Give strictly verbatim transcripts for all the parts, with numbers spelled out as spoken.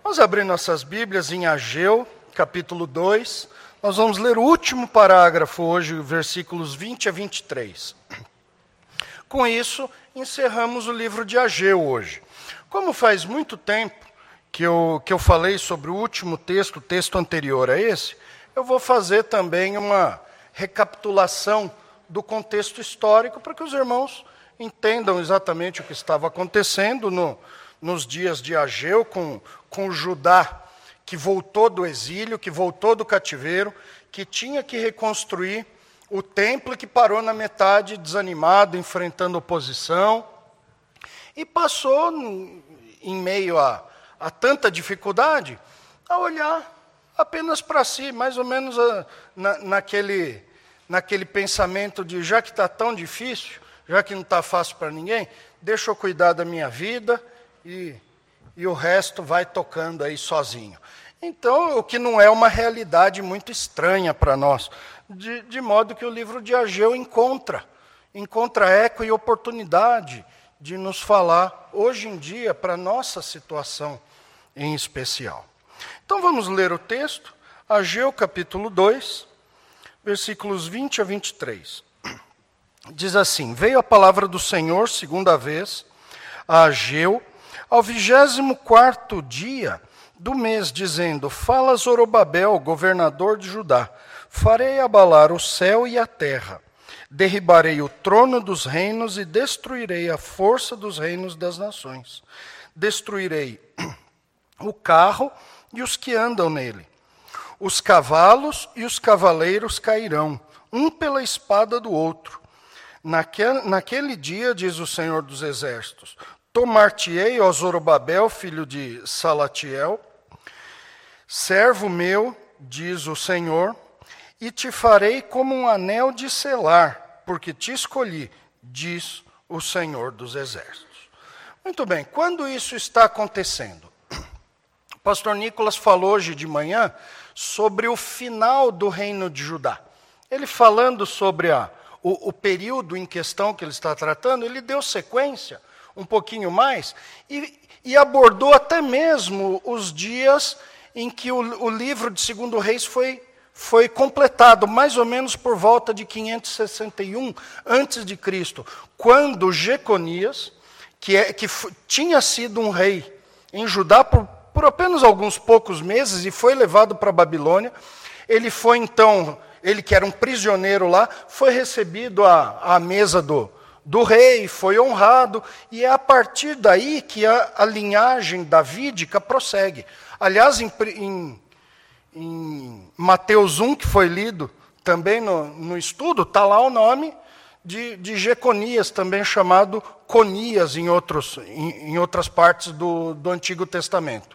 Vamos abrir nossas Bíblias em Ageu, capítulo dois. Nós vamos ler o último parágrafo hoje, versículos vinte a vinte e três. Com isso, encerramos o livro de Ageu hoje. Como faz muito tempo que eu, que eu falei sobre o último texto, o texto anterior a esse, eu vou fazer também uma recapitulação do contexto histórico para que os irmãos entendam exatamente o que estava acontecendo no, nos dias de Ageu com, com Judá, que voltou do exílio, que voltou do cativeiro, que tinha que reconstruir o templo que parou na metade, desanimado, enfrentando oposição, e passou, em meio a, a tanta dificuldade, a olhar apenas para si, mais ou menos a, na, naquele, naquele pensamento de, já que está tão difícil, já que não está fácil para ninguém, deixa eu cuidar da minha vida e, e o resto vai tocando aí sozinho. Então, o que não é uma realidade muito estranha para nós, de, de modo que o livro de Ageu encontra, encontra eco e oportunidade de nos falar, hoje em dia, para a nossa situação em especial. Então, vamos ler o texto, Ageu, capítulo dois, versículos vinte a vinte e três. Diz assim: veio a palavra do Senhor, segunda vez, a Ageu, ao vigésimo quarto dia do mês, dizendo: fala Zorobabel, governador de Judá, farei abalar o céu e a terra, derribarei o trono dos reinos e destruirei a força dos reinos das nações. Destruirei o carro e os que andam nele. Os cavalos e os cavaleiros cairão, um pela espada do outro. Naquele, naquele dia, diz o Senhor dos Exércitos, tomar-te-ei, ó Zorobabel, filho de Salatiel, servo meu, diz o Senhor, e te farei como um anel de selar, porque te escolhi, diz o Senhor dos Exércitos. Muito bem, quando isso está acontecendo? O pastor Nicolas falou hoje de manhã sobre o final do reino de Judá. Ele falando sobre a, o, o período em questão que ele está tratando, ele deu sequência um pouquinho mais e, e abordou até mesmo os dias em que o, o livro de Segundo Reis foi, foi completado, mais ou menos por volta de quinhentos e sessenta e um antes de Cristo, quando Jeconias, que, é, que f, tinha sido um rei em Judá por, por apenas alguns poucos meses e foi levado para a Babilônia, ele foi então, ele que era um prisioneiro lá, foi recebido à, à mesa do, do rei, foi honrado, e é a partir daí que a, a linhagem davídica prossegue. Aliás, em, em, em Mateus um, que foi lido também no, no estudo, está lá o nome de, de Jeconias, também chamado Conias em, outros, em, em outras partes do, do Antigo Testamento.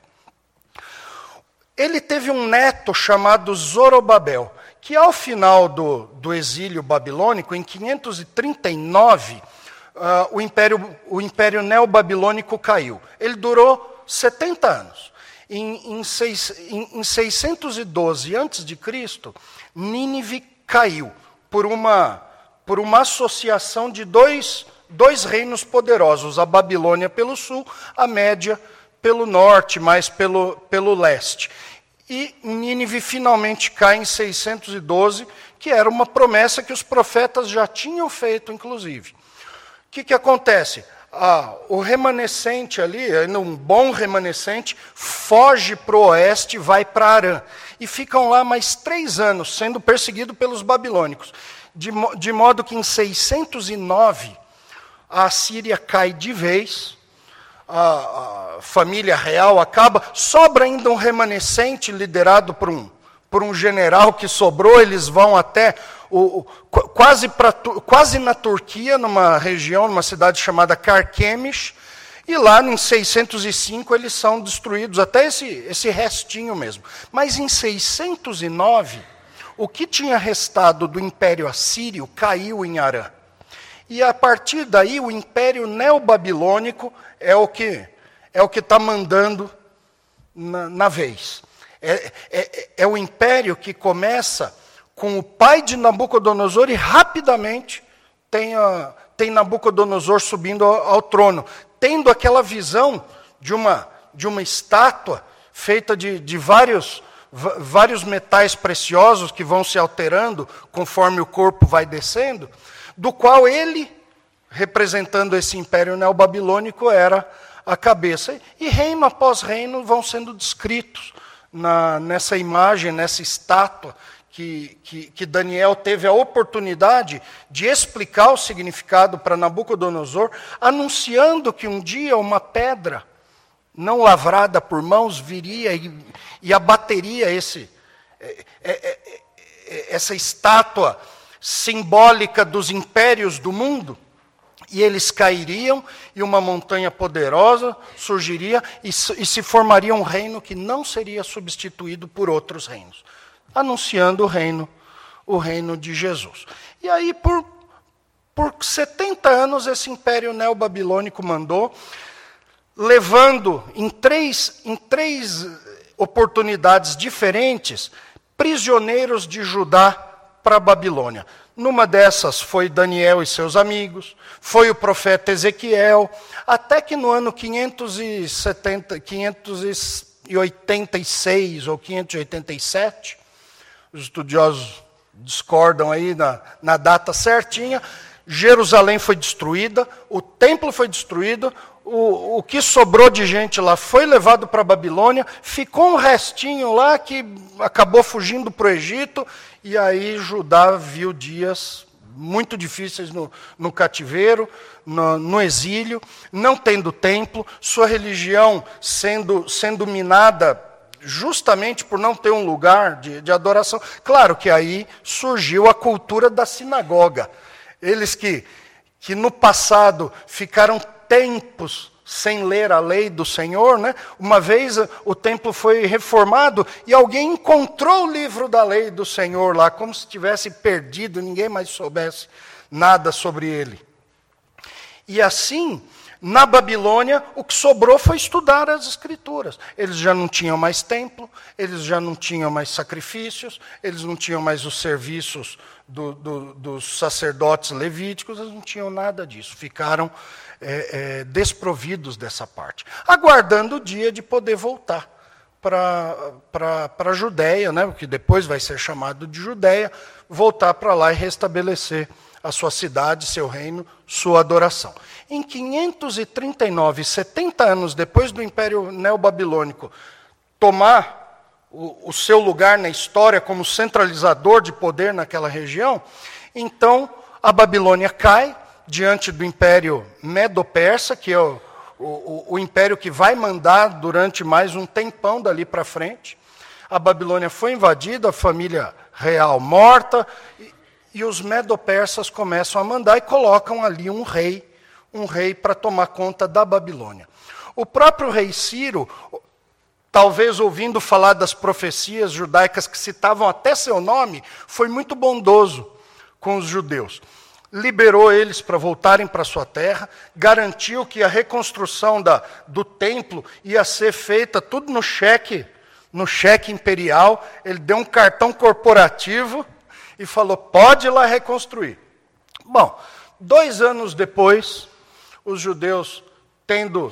Ele teve um neto chamado Zorobabel, que ao final do, do exílio babilônico, em quinhentos e trinta e nove, uh, o império, o império neobabilônico caiu. Ele durou setenta anos. Em, em, seis, em, em seiscentos e doze antes de Cristo, Nínive caiu por uma, por uma associação de dois, dois reinos poderosos, a Babilônia pelo sul, a Média pelo norte, mais pelo, pelo leste. E Nínive finalmente cai em seiscentos e doze, que era uma promessa que os profetas já tinham feito, inclusive. O que, que acontece? Ah, o remanescente ali, um bom remanescente, foge para o oeste e vai para Arã. E ficam lá mais três anos, sendo perseguidos pelos babilônicos. De, de modo que em seiscentos e nove, a Assíria cai de vez, a, a família real acaba, sobra ainda um remanescente liderado por um, por um general que sobrou, eles vão até o, o, quase, pra, quase na Turquia, numa região, numa cidade chamada Carquemis, e lá em seiscentos e cinco eles são destruídos, até esse, esse restinho mesmo. Mas em seiscentos e nove, o que tinha restado do Império Assírio caiu em Arã. E a partir daí o Império Neobabilônico é o que é o que está mandando na, na vez. É, é, é o império que começa com o pai de Nabucodonosor e rapidamente tem, a, tem Nabucodonosor subindo ao, ao trono, tendo aquela visão de uma, de uma estátua feita de, de vários, vários metais preciosos que vão se alterando conforme o corpo vai descendo, do qual ele, representando esse império neobabilônico, era a cabeça. E reino após reino vão sendo descritos na, nessa imagem, nessa estátua, que, que, que Daniel teve a oportunidade de explicar o significado para Nabucodonosor, anunciando que um dia uma pedra não lavrada por mãos viria e, e abateria esse, é, é, é, essa estátua simbólica dos impérios do mundo, e eles cairiam, e uma montanha poderosa surgiria, e, e se formaria um reino que não seria substituído por outros reinos, anunciando o reino, o reino de Jesus. E aí, por, por setenta anos, esse império neobabilônico mandou, levando em três, em três oportunidades diferentes prisioneiros de Judá para a Babilônia. Numa dessas foi Daniel e seus amigos, foi o profeta Ezequiel, até que no ano quinhentos e setenta, quinhentos e oitenta e seis ou quinhentos e oitenta e sete, os estudiosos discordam aí na, na data certinha, Jerusalém foi destruída, o templo foi destruído, o, o que sobrou de gente lá foi levado para a Babilônia, ficou um restinho lá que acabou fugindo para o Egito, e aí Judá viu dias muito difíceis no, no cativeiro, no, no exílio, não tendo templo, sua religião sendo, sendo minada justamente por não ter um lugar de, de adoração. Claro que aí surgiu a cultura da sinagoga. Eles que, que no passado ficaram tempos sem ler a lei do Senhor, né? Uma vez o templo foi reformado e alguém encontrou o livro da lei do Senhor lá, como se tivesse perdido, ninguém mais soubesse nada sobre ele. E assim, na Babilônia, o que sobrou foi estudar as Escrituras. Eles já não tinham mais templo, eles já não tinham mais sacrifícios, eles não tinham mais os serviços do, do, dos sacerdotes levíticos, eles não tinham nada disso. Ficaram é, é, desprovidos dessa parte, aguardando o dia de poder voltar para a Judéia, né, que depois vai ser chamado de Judéia, voltar para lá e restabelecer a sua cidade, seu reino, sua adoração. Em quinhentos e trinta e nove, setenta anos depois do Império Neobabilônico tomar o, o seu lugar na história como centralizador de poder naquela região, então a Babilônia cai diante do Império Medo-Persa, que é o, o, o império que vai mandar durante mais um tempão dali para frente. A Babilônia foi invadida, a família real morta, e, e os Medo-Persas começam a mandar e colocam ali um rei, um rei para tomar conta da Babilônia. O próprio rei Ciro, talvez ouvindo falar das profecias judaicas que citavam até seu nome, foi muito bondoso com os judeus. Liberou eles para voltarem para sua terra, garantiu que a reconstrução da, do templo ia ser feita tudo no cheque, no cheque imperial. Ele deu um cartão corporativo e falou, pode ir lá reconstruir. Bom, dois anos depois, os judeus, tendo,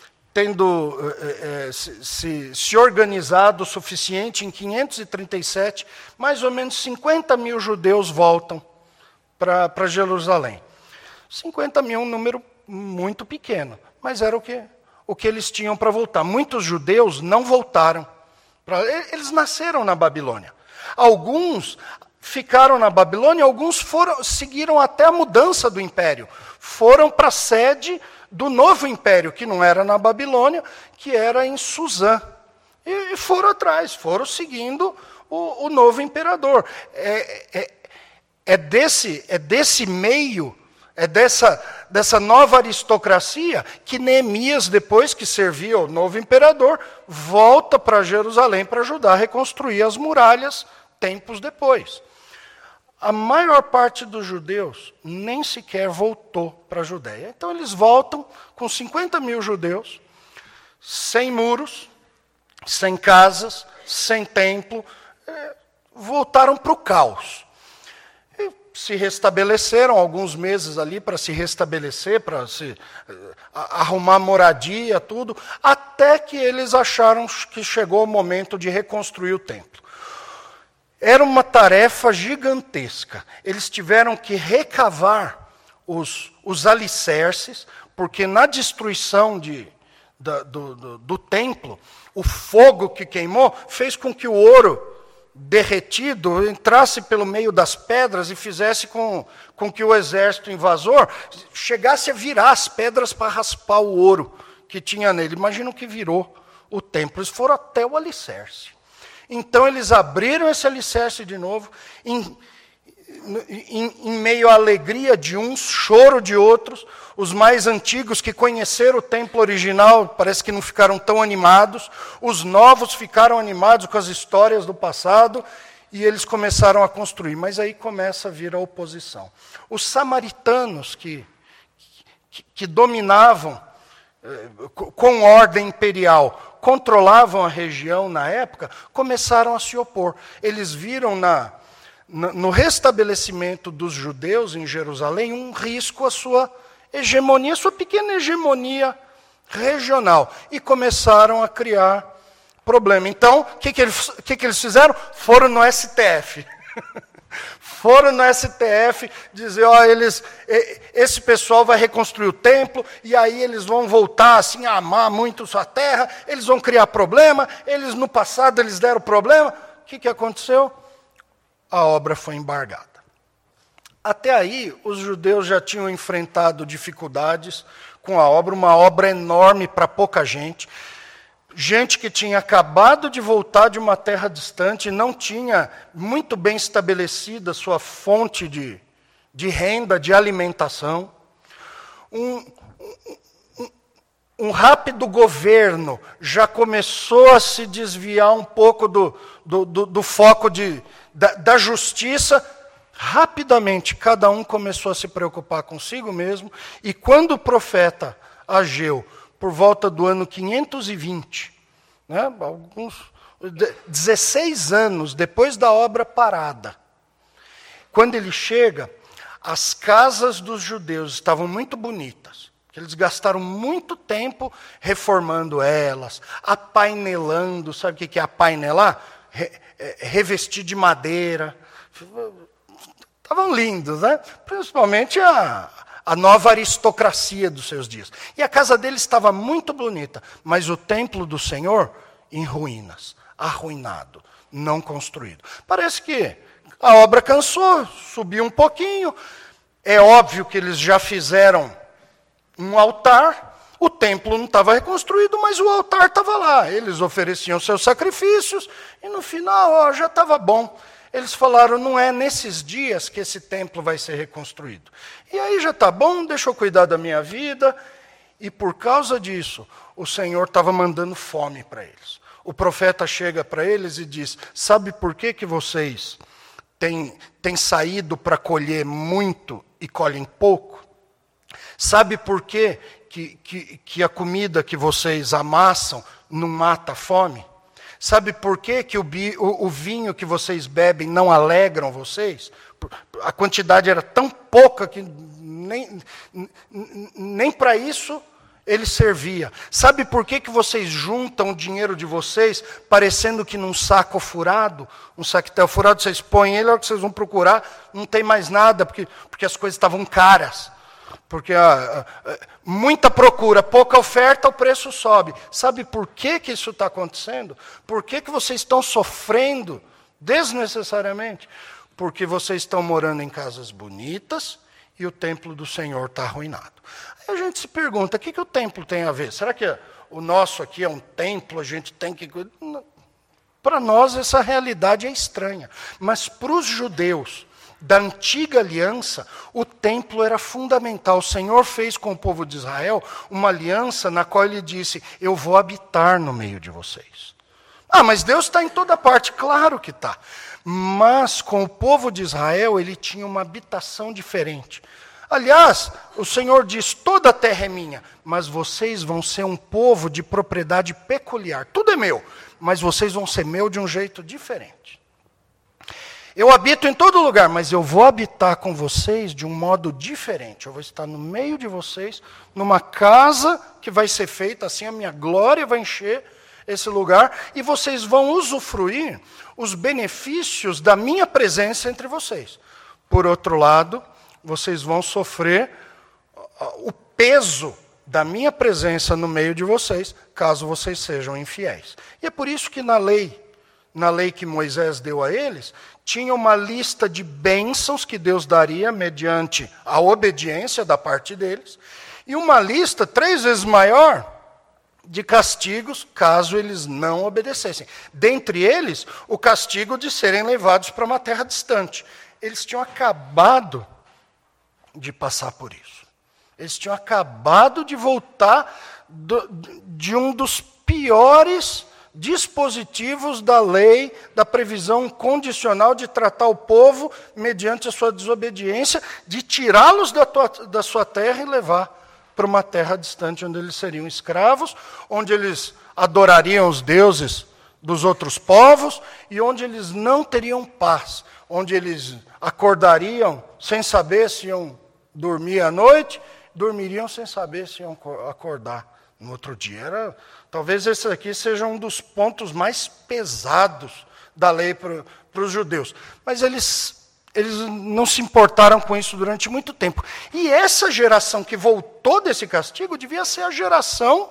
tendo é, é, se, se, se organizado o suficiente, em quinhentos e trinta e sete, mais ou menos cinquenta mil judeus voltam para Jerusalém. cinquenta mil é um número muito pequeno, mas era o que, o que eles tinham para voltar. Muitos judeus não voltaram. Pra, eles nasceram na Babilônia. Alguns ficaram na Babilônia, alguns foram, seguiram até a mudança do império. Foram para a sede do novo império, que não era na Babilônia, que era em Suzã. E, e foram atrás, foram seguindo o, o novo imperador. É, é, é, desse, é desse meio, é dessa, dessa nova aristocracia que Neemias, depois que servia o novo imperador, volta para Jerusalém para ajudar a reconstruir as muralhas tempos depois. A maior parte dos judeus nem sequer voltou para a Judéia. Então eles voltam com cinquenta mil judeus, sem muros, sem casas, sem templo, voltaram para o caos. E se restabeleceram alguns meses ali para se restabelecer, para se arrumar moradia, tudo, até que eles acharam que chegou o momento de reconstruir o templo. Era uma tarefa gigantesca. Eles tiveram que recavar os, os alicerces, porque na destruição de, da, do, do, do templo, o fogo que queimou fez com que o ouro derretido entrasse pelo meio das pedras e fizesse com, com que o exército invasor chegasse a virar as pedras para raspar o ouro que tinha nele. Imagina o que virou o templo. Eles foram até o alicerce. Então eles abriram esse alicerce de novo, em, em, em meio à alegria de uns, choro de outros. Os mais antigos que conheceram o templo original parece que não ficaram tão animados. Os novos ficaram animados com as histórias do passado e eles começaram a construir. Mas aí começa a vir a oposição. Os samaritanos que, que, que dominavam eh, com ordem imperial, controlavam a região na época, começaram a se opor. Eles viram na, na, no restabelecimento dos judeus em Jerusalém um risco à sua hegemonia, sua pequena hegemonia regional, e começaram a criar problema. Então, o que, que, eles, que, que eles fizeram? Foram no S T F. Foram no S T F dizer, ó, eles, esse pessoal vai reconstruir o templo, e aí eles vão voltar assim, a amar muito sua terra, eles vão criar problema, eles no passado eles deram problema. O que, que aconteceu? A obra foi embargada. Até aí, os judeus já tinham enfrentado dificuldades com a obra, uma obra enorme para pouca gente. Gente que tinha acabado de voltar de uma terra distante, não tinha muito bem estabelecida sua fonte de, de renda, de alimentação. Um, um, um rápido governo já começou a se desviar um pouco do, do, do, do foco de, da, da justiça. Rapidamente, cada um começou a se preocupar consigo mesmo, e quando o profeta Ageu, por volta do ano quinhentos e vinte, né, alguns, dezesseis anos depois da obra parada, quando ele chega, as casas dos judeus estavam muito bonitas, eles gastaram muito tempo reformando elas, apainelando, sabe o que é apainelar? Re, revestir de madeira. Estavam lindos, né? Principalmente a, a nova aristocracia dos seus dias. E a casa deles estava muito bonita, mas o templo do Senhor em ruínas, arruinado, não construído. Parece que a obra cansou, subiu um pouquinho. É óbvio que eles já fizeram um altar, o templo não estava reconstruído, mas o altar estava lá. Eles ofereciam seus sacrifícios e no final, ó, já estava bom. Eles falaram, não é nesses dias que esse templo vai ser reconstruído. E aí já está bom, deixa eu cuidar da minha vida. E por causa disso, o Senhor estava mandando fome para eles. O profeta chega para eles e diz, sabe por que, que vocês têm, têm saído para colher muito e colhem pouco? Sabe por que, que, que, que a comida que vocês amassam não mata a fome? Sabe por que, que o, o, o vinho que vocês bebem não alegram vocês? A quantidade era tão pouca que nem, nem para isso ele servia. Sabe por que, que vocês juntam o dinheiro de vocês parecendo que num saco furado? Um saquetel furado, vocês põem ele, a hora que vocês vão procurar, não tem mais nada, porque, porque as coisas estavam caras. Porque ah, ah, muita procura, pouca oferta, o preço sobe. Sabe por que, que isso está acontecendo? Por que, que vocês estão sofrendo desnecessariamente? Porque vocês estão morando em casas bonitas e o templo do Senhor está arruinado. Aí a gente se pergunta, o que, que o templo tem a ver? Será que o nosso aqui é um templo, a gente tem que... Para nós essa realidade é estranha. Mas para os judeus da antiga aliança, o templo era fundamental. O Senhor fez com o povo de Israel uma aliança na qual ele disse, eu vou habitar no meio de vocês. Ah, mas Deus está em toda parte. Claro que está. Mas com o povo de Israel, ele tinha uma habitação diferente. Aliás, o Senhor diz, toda a terra é minha, mas vocês vão ser um povo de propriedade peculiar. Tudo é meu, mas vocês vão ser meu de um jeito diferente. Eu habito em todo lugar, mas eu vou habitar com vocês de um modo diferente. Eu vou estar no meio de vocês, numa casa que vai ser feita, assim a minha glória vai encher esse lugar, e vocês vão usufruir os benefícios da minha presença entre vocês. Por outro lado, vocês vão sofrer o peso da minha presença no meio de vocês, caso vocês sejam infiéis. E é por isso que na lei, na lei que Moisés deu a eles, tinha uma lista de bênçãos que Deus daria mediante a obediência da parte deles, e uma lista três vezes maior de castigos, caso eles não obedecessem. Dentre eles, o castigo de serem levados para uma terra distante. Eles tinham acabado de passar por isso. Eles tinham acabado de voltar do, de um dos piores dispositivos da lei, da previsão condicional de tratar o povo mediante a sua desobediência, de tirá-los da, tua, da sua terra e levar para uma terra distante, onde eles seriam escravos, onde eles adorariam os deuses dos outros povos, e onde eles não teriam paz, onde eles acordariam sem saber se iam dormir à noite, dormiriam sem saber se iam acordar no outro dia. Era, talvez esse aqui seja um dos pontos mais pesados da lei para, para os judeus. Mas eles... Eles não se importaram com isso durante muito tempo. E essa geração que voltou desse castigo devia ser a geração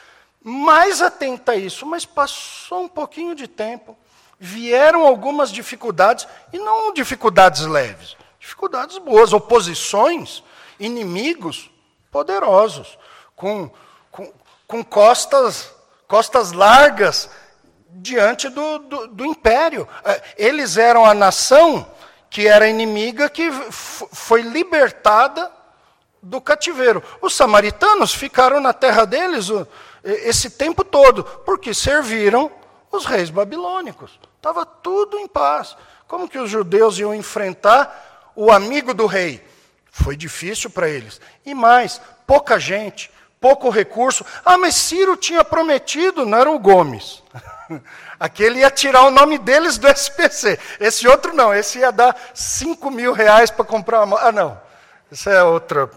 mais atenta a isso. Mas passou um pouquinho de tempo, vieram algumas dificuldades, e não dificuldades leves, dificuldades boas, oposições, inimigos poderosos, com, com, com costas, costas largas diante do, do, do império. Eles eram a nação que era inimiga, que foi libertada do cativeiro. Os samaritanos ficaram na terra deles esse tempo todo, porque serviram os reis babilônicos. Estava tudo em paz. Como que os judeus iam enfrentar o amigo do rei? Foi difícil para eles. E mais, pouca gente, pouco recurso. Ah, mas Ciro tinha prometido, não era o Gomes. Aquele ia tirar o nome deles do S P C. Esse outro não, esse ia dar cinco mil reais para comprar uma... Ah, não, isso é outra...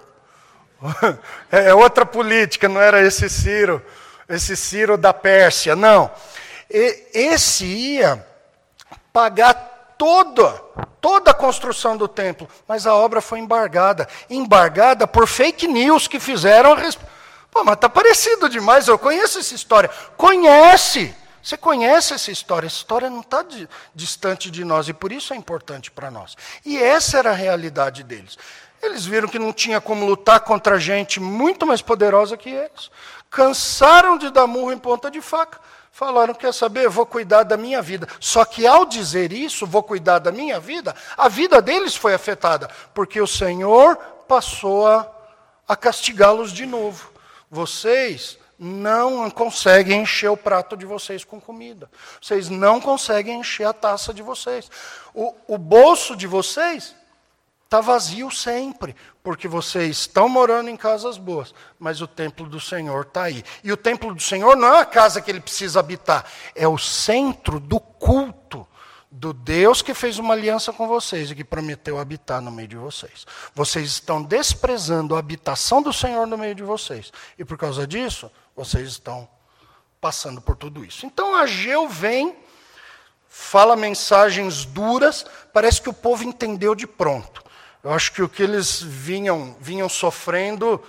É outra política, não era esse Ciro, esse Ciro da Pérsia, não. E, esse ia pagar toda, toda a construção do templo, mas a obra foi embargada. Embargada por fake news que fizeram a respeito. Pô, mas está parecido demais, eu conheço essa história. Conhece! Você conhece essa história, essa história não está distante de nós, e por isso é importante para nós. E essa era a realidade deles. Eles viram que não tinha como lutar contra gente muito mais poderosa que eles. Cansaram de dar murro em ponta de faca. Falaram, quer saber, vou cuidar da minha vida. Só que ao dizer isso, vou cuidar da minha vida, a vida deles foi afetada, porque o Senhor passou a, a castigá-los de novo. Vocês não conseguem encher o prato de vocês com comida. Vocês não conseguem encher a taça de vocês. O, o bolso de vocês está vazio sempre, porque vocês estão morando em casas boas, mas o templo do Senhor está aí. E o templo do Senhor não é a casa que ele precisa habitar, é o centro do culto do Deus que fez uma aliança com vocês e que prometeu habitar no meio de vocês. Vocês estão desprezando a habitação do Senhor no meio de vocês. E por causa disso, vocês estão passando por tudo isso. Então Ageu vem, fala mensagens duras, parece que o povo entendeu de pronto. Eu acho que o que eles vinham, vinham sofrendo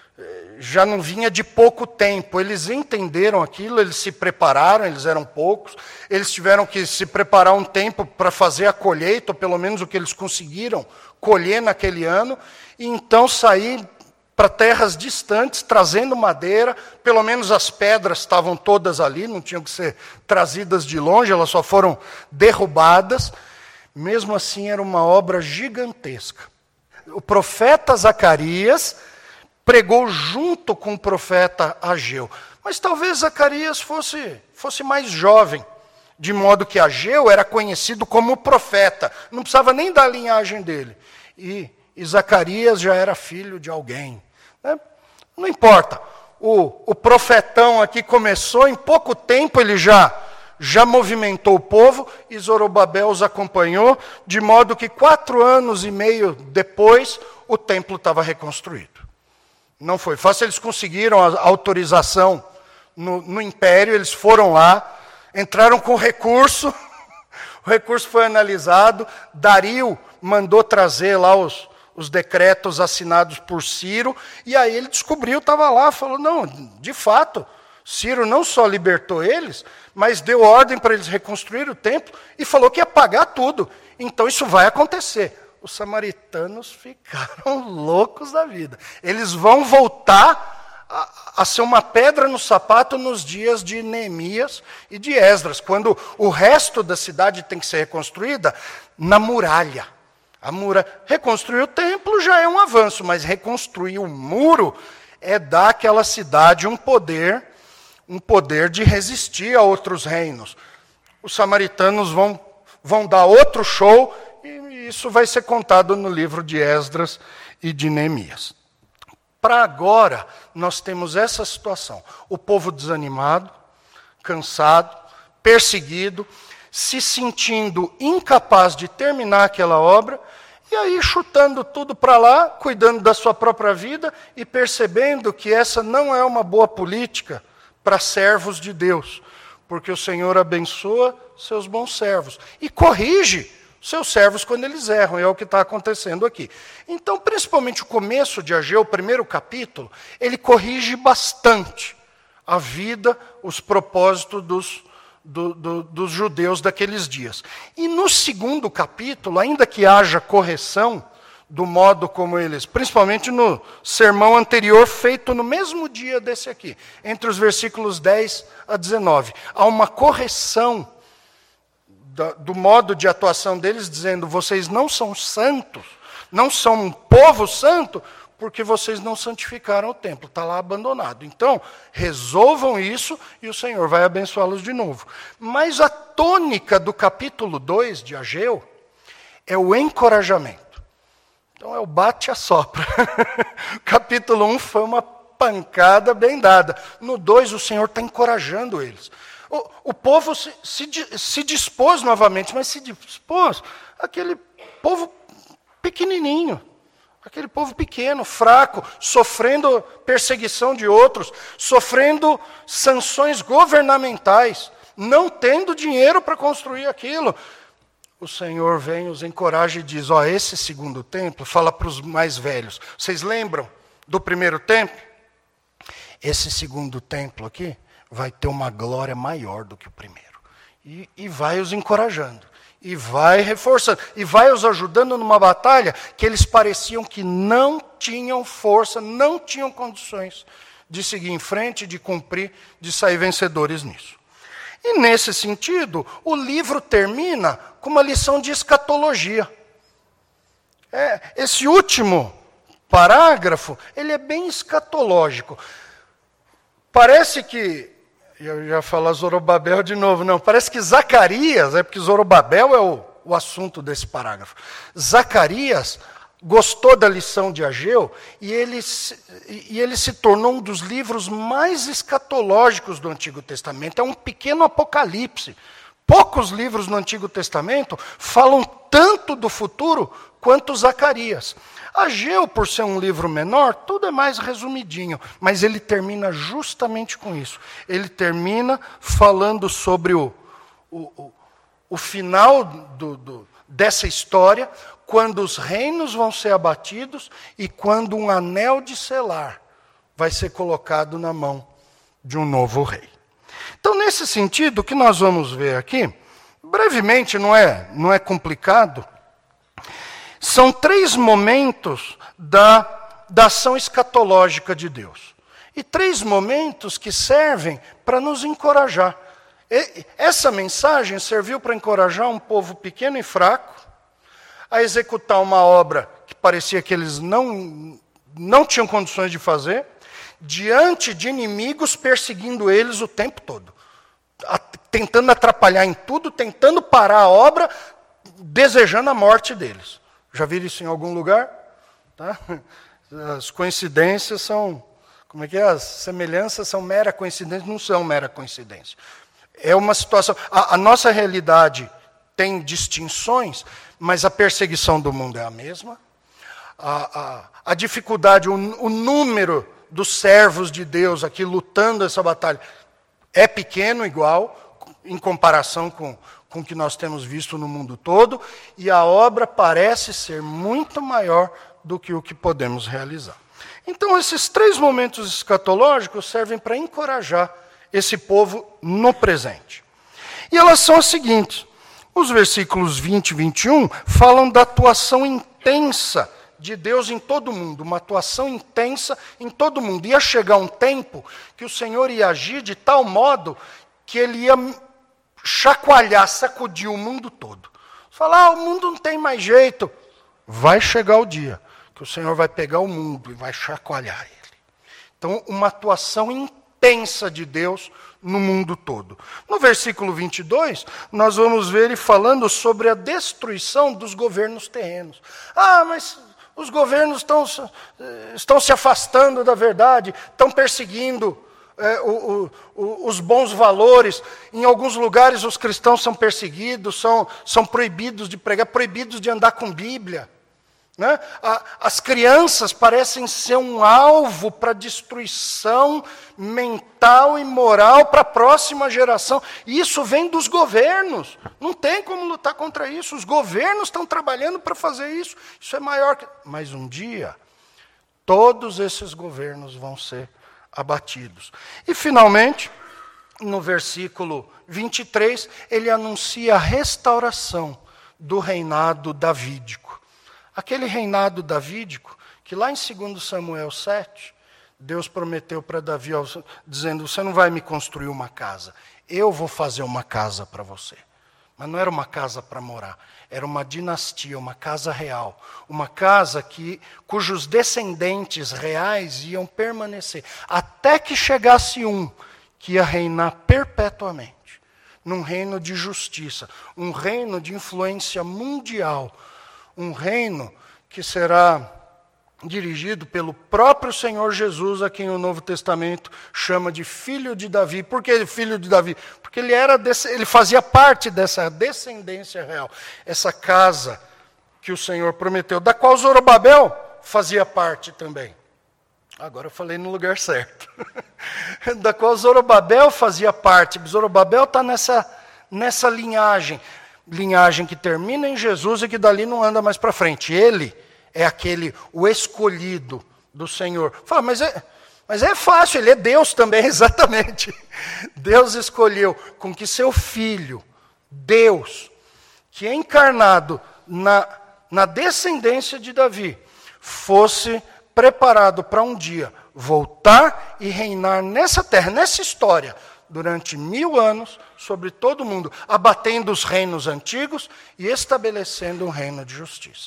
já não vinha de pouco tempo. Eles entenderam aquilo, eles se prepararam, eles eram poucos, eles tiveram que se preparar um tempo para fazer a colheita, ou pelo menos o que eles conseguiram colher naquele ano, e então sair para terras distantes, trazendo madeira, pelo menos as pedras estavam todas ali, não tinham que ser trazidas de longe, elas só foram derrubadas. Mesmo assim, era uma obra gigantesca. O profeta Zacarias pregou junto com o profeta Ageu. Mas talvez Zacarias fosse, fosse mais jovem, de modo que Ageu era conhecido como profeta. Não precisava nem da linhagem dele. E, e Zacarias já era filho de alguém. Né? Não importa. O, o profetão aqui começou, em pouco tempo ele já, já movimentou o povo e Zorobabel os acompanhou, de modo que quatro anos e meio depois o templo estava reconstruído. Não foi fácil, eles conseguiram a autorização no, no império, eles foram lá, entraram com recurso, o recurso foi analisado, Dario mandou trazer lá os, os decretos assinados por Ciro, e aí ele descobriu, estava lá, falou, não, de fato, Ciro não só libertou eles, mas deu ordem para eles reconstruir o templo e falou que ia pagar tudo. Então isso vai acontecer. Os samaritanos ficaram loucos da vida. Eles vão voltar a, a ser uma pedra no sapato nos dias de Neemias e de Esdras, quando o resto da cidade tem que ser reconstruída na muralha. A mura, reconstruir o templo já é um avanço, mas reconstruir o muro é dar àquela cidade um poder, um poder de resistir a outros reinos. Os samaritanos vão, vão dar outro show, e isso vai ser contado no livro de Esdras e de Neemias. Para agora, nós temos essa situação. O povo desanimado, cansado, perseguido, se sentindo incapaz de terminar aquela obra, e aí chutando tudo para lá, cuidando da sua própria vida e percebendo que essa não é uma boa política para servos de Deus, porque o Senhor abençoa seus bons servos e corrige seus servos quando eles erram, é o que está acontecendo aqui. Então, principalmente o começo de Ageu, o primeiro capítulo, ele corrige bastante a vida, os propósitos dos, do, do, dos judeus daqueles dias. E no segundo capítulo, ainda que haja correção do modo como eles, principalmente no sermão anterior, feito no mesmo dia desse aqui, entre os versículos dez a dezenove, há uma correção do modo de atuação deles, dizendo, vocês não são santos, não são um povo santo, porque vocês não santificaram o templo, está lá abandonado. Então, resolvam isso e o Senhor vai abençoá-los de novo. Mas a tônica do capítulo dois de Ageu é o encorajamento. Então, é o bate-a-sopra. O capítulo um foi uma pancada bem dada. No dois, o Senhor está encorajando eles. O, o povo se, se, se dispôs novamente, mas se dispôs aquele povo pequenininho, aquele povo pequeno, fraco, sofrendo perseguição de outros, sofrendo sanções governamentais, não tendo dinheiro para construir aquilo. O Senhor vem, os encoraja e diz, ó, esse segundo templo, fala para os mais velhos, vocês lembram do primeiro templo? Esse segundo templo aqui vai ter uma glória maior do que o primeiro. E, e vai os encorajando, e vai reforçando, e vai os ajudando numa batalha que eles pareciam que não tinham força, não tinham condições de seguir em frente, de cumprir, de sair vencedores nisso. E nesse sentido, o livro termina com uma lição de escatologia. É, esse último parágrafo, ele é bem escatológico. Parece que eu já falo Zorobabel de novo, não, parece que Zacarias, é porque Zorobabel é o, o assunto desse parágrafo. Zacarias gostou da lição de Ageu e ele, e ele se tornou um dos livros mais escatológicos do Antigo Testamento. É um pequeno apocalipse. Poucos livros no Antigo Testamento falam tanto do futuro quanto Zacarias. Ageu, por ser um livro menor, tudo é mais resumidinho, mas ele termina justamente com isso. Ele termina falando sobre o, o, o, o final do, do, dessa história, quando os reinos vão ser abatidos e quando um anel de selar vai ser colocado na mão de um novo rei. Então, nesse sentido, o que nós vamos ver aqui, brevemente, não é, não é complicado, são três momentos da, da ação escatológica de Deus. E três momentos que servem para nos encorajar. E, essa mensagem serviu para encorajar um povo pequeno e fraco a executar uma obra que parecia que eles não, não tinham condições de fazer, diante de inimigos perseguindo eles o tempo todo. A, tentando atrapalhar em tudo, tentando parar a obra, desejando a morte deles. Já viram isso em algum lugar? Tá? As coincidências são, como é que é? As semelhanças são mera coincidência, não são mera coincidência. É uma situação... A, a nossa realidade tem distinções, mas a perseguição do mundo é a mesma. A, a, a dificuldade, o, o número dos servos de Deus aqui lutando essa batalha é pequeno igual, em comparação com, com o que nós temos visto no mundo todo, e a obra parece ser muito maior do que o que podemos realizar. Então, esses três momentos escatológicos servem para encorajar esse povo no presente. E elas são as seguintes. Os versículos vinte e vinte e um falam da atuação intensa de Deus em todo mundo, uma atuação intensa em todo mundo. Ia chegar um tempo que o Senhor ia agir de tal modo que ele ia chacoalhar, sacudir o mundo todo. Falar, ah, o mundo não tem mais jeito. Vai chegar o dia que o Senhor vai pegar o mundo e vai chacoalhar ele. Então, uma atuação intensa de Deus no mundo todo. No versículo vinte e dois, nós vamos ver ele falando sobre a destruição dos governos terrenos. Ah, mas os governos estão, estão se afastando da verdade, estão perseguindo é, o, o, os bons valores. Em alguns lugares os cristãos são perseguidos, são, são proibidos de pregar, proibidos de andar com Bíblia. Né? As crianças parecem ser um alvo para destruição mental e moral para a próxima geração. E isso vem dos governos. Não tem como lutar contra isso. Os governos estão trabalhando para fazer isso. Isso é maior que... Mas um dia, todos esses governos vão ser abatidos. E, finalmente, no versículo vinte e três, ele anuncia a restauração do reinado davídico. Aquele reinado davídico, que lá em dois Samuel sete, Deus prometeu para Davi, dizendo, você não vai me construir uma casa, eu vou fazer uma casa para você. Mas não era uma casa para morar, era uma dinastia, uma casa real. Uma casa que, cujos descendentes reais iam permanecer, até que chegasse um que ia reinar perpetuamente, num reino de justiça, um reino de influência mundial, um reino que será dirigido pelo próprio Senhor Jesus, a quem o Novo Testamento chama de filho de Davi. Por que filho de Davi? Porque ele, era, ele fazia parte dessa descendência real, essa casa que o Senhor prometeu, da qual Zorobabel fazia parte também. Agora eu falei no lugar certo. Da qual Zorobabel fazia parte. Zorobabel está nessa, nessa linhagem. Linhagem que termina em Jesus e que dali não anda mais para frente. Ele é aquele, o escolhido do Senhor. Fala, mas é, mas é fácil, ele é Deus também, exatamente. Deus escolheu com que seu filho, Deus, que é encarnado na, na descendência de Davi, fosse preparado para um dia voltar e reinar nessa terra, nessa história, durante mil anos, sobre todo o mundo, abatendo os reinos antigos e estabelecendo um reino de justiça.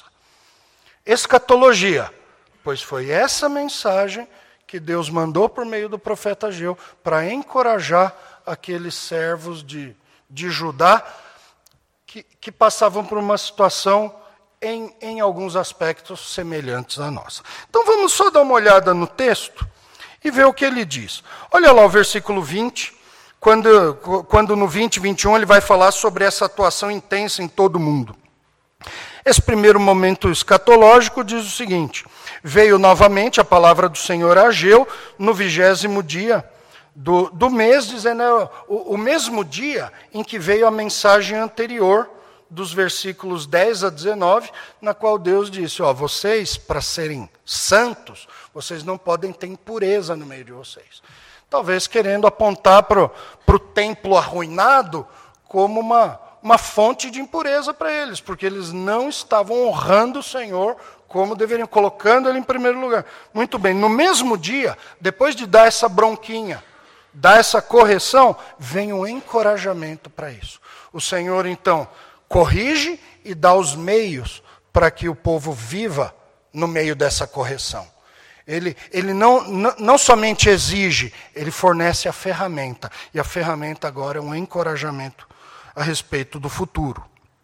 Escatologia, pois foi essa mensagem que Deus mandou por meio do profeta Ageu para encorajar aqueles servos de, de Judá que, que passavam por uma situação em, em alguns aspectos semelhantes à nossa. Então vamos só dar uma olhada no texto e ver o que ele diz. Olha lá o versículo vinte. Quando, quando no vinte, vinte e um ele vai falar sobre essa atuação intensa em todo o mundo. Esse primeiro momento escatológico diz o seguinte: veio novamente a palavra do Senhor a Ageu no vigésimo dia do, do mês, dizendo o, o mesmo dia em que veio a mensagem anterior dos versículos dez a dezenove, na qual Deus disse, ó, vocês, para serem santos, vocês não podem ter impureza no meio de vocês. Talvez querendo apontar para o templo arruinado como uma, uma fonte de impureza para eles, porque eles não estavam honrando o Senhor como deveriam, colocando Ele em primeiro lugar. Muito bem, no mesmo dia, depois de dar essa bronquinha, dar essa correção, vem um encorajamento para isso. O Senhor, então, corrige e dá os meios para que o povo viva no meio dessa correção. Ele, ele não, não, não somente exige, ele fornece a ferramenta. E a ferramenta agora é um encorajamento a respeito do futuro.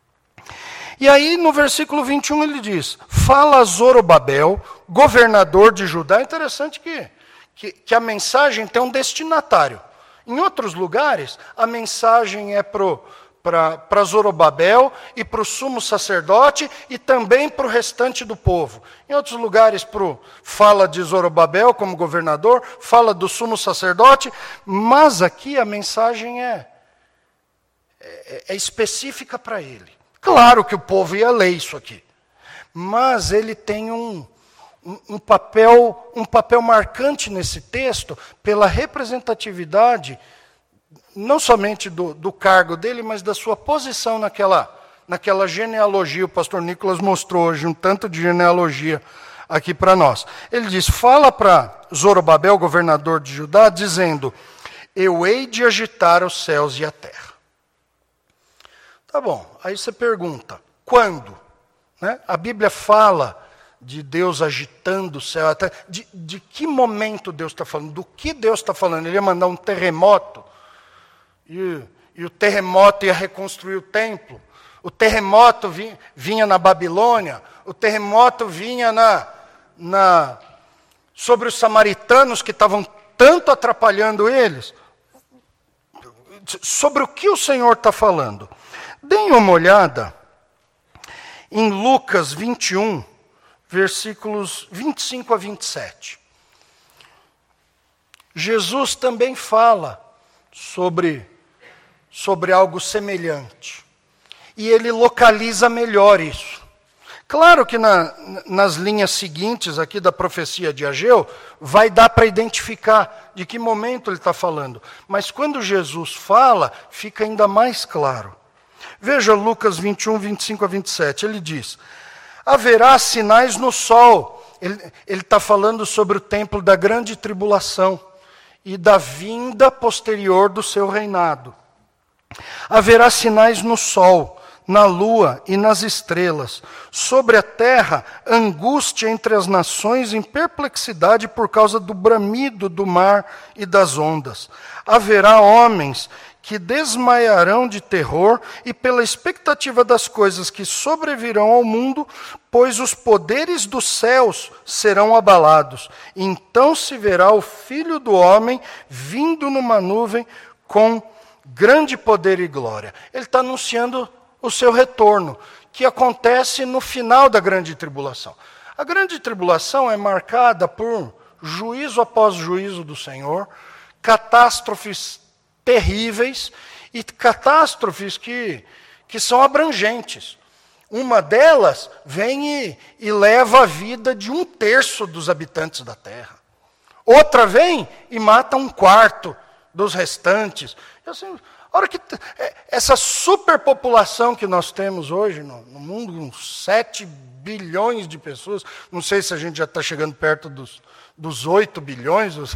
E aí, no versículo vinte e um, ele diz, fala a Zorobabel, governador de Judá. É interessante que, que, que a mensagem tem um destinatário. Em outros lugares, a mensagem é para Zorobabel e para o sumo sacerdote e também para o restante do povo. Em outros lugares, pro, fala de Zorobabel como governador, fala do sumo sacerdote, mas aqui a mensagem é, é, é específica para ele. Claro que o povo ia ler isso aqui, mas ele tem um, um, um, papel, um papel marcante nesse texto pela representatividade não somente do, do cargo dele, mas da sua posição naquela, naquela genealogia. O pastor Nicolas mostrou hoje um tanto de genealogia aqui para nós. Ele diz, fala para Zorobabel, governador de Judá, dizendo, eu hei de agitar os céus e a terra. Tá bom, aí você pergunta, quando? Né? A Bíblia fala de Deus agitando o céu, até de, de que momento Deus está falando? Do que Deus está falando? Ele ia mandar um terremoto? E, e o terremoto ia reconstruir o templo? O terremoto vinha, vinha na Babilônia? O terremoto vinha na, na, sobre os samaritanos que estavam tanto atrapalhando eles? Sobre o que o Senhor está falando? Deem uma olhada em Lucas vinte e um, versículos vinte e cinco a vinte e sete. Jesus também fala sobre, sobre algo semelhante. E ele localiza melhor isso. Claro que na, nas linhas seguintes aqui da profecia de Ageu, vai dar para identificar de que momento ele está falando. Mas quando Jesus fala, fica ainda mais claro. Veja Lucas vinte e um, vinte e cinco a vinte e sete, ele diz, haverá sinais no sol. Ele está falando sobre o tempo da grande tribulação e da vinda posterior do seu reinado. Haverá sinais no sol, na lua e nas estrelas. Sobre a terra, angústia entre as nações em perplexidade por causa do bramido do mar e das ondas. Haverá homens que desmaiarão de terror e pela expectativa das coisas que sobrevirão ao mundo, pois os poderes dos céus serão abalados. Então se verá o Filho do Homem vindo numa nuvem com grande poder e glória. Ele está anunciando o seu retorno, que acontece no final da grande tribulação. A grande tribulação é marcada por juízo após juízo do Senhor, catástrofes terríveis e catástrofes que, que são abrangentes. Uma delas vem e, e leva a vida de um terço dos habitantes da terra. Outra vem e mata um quarto dos restantes. E assim, a hora que essa superpopulação que nós temos hoje no, no mundo, uns sete bilhões de pessoas, não sei se a gente já está chegando perto dos, dos oito bilhões, os,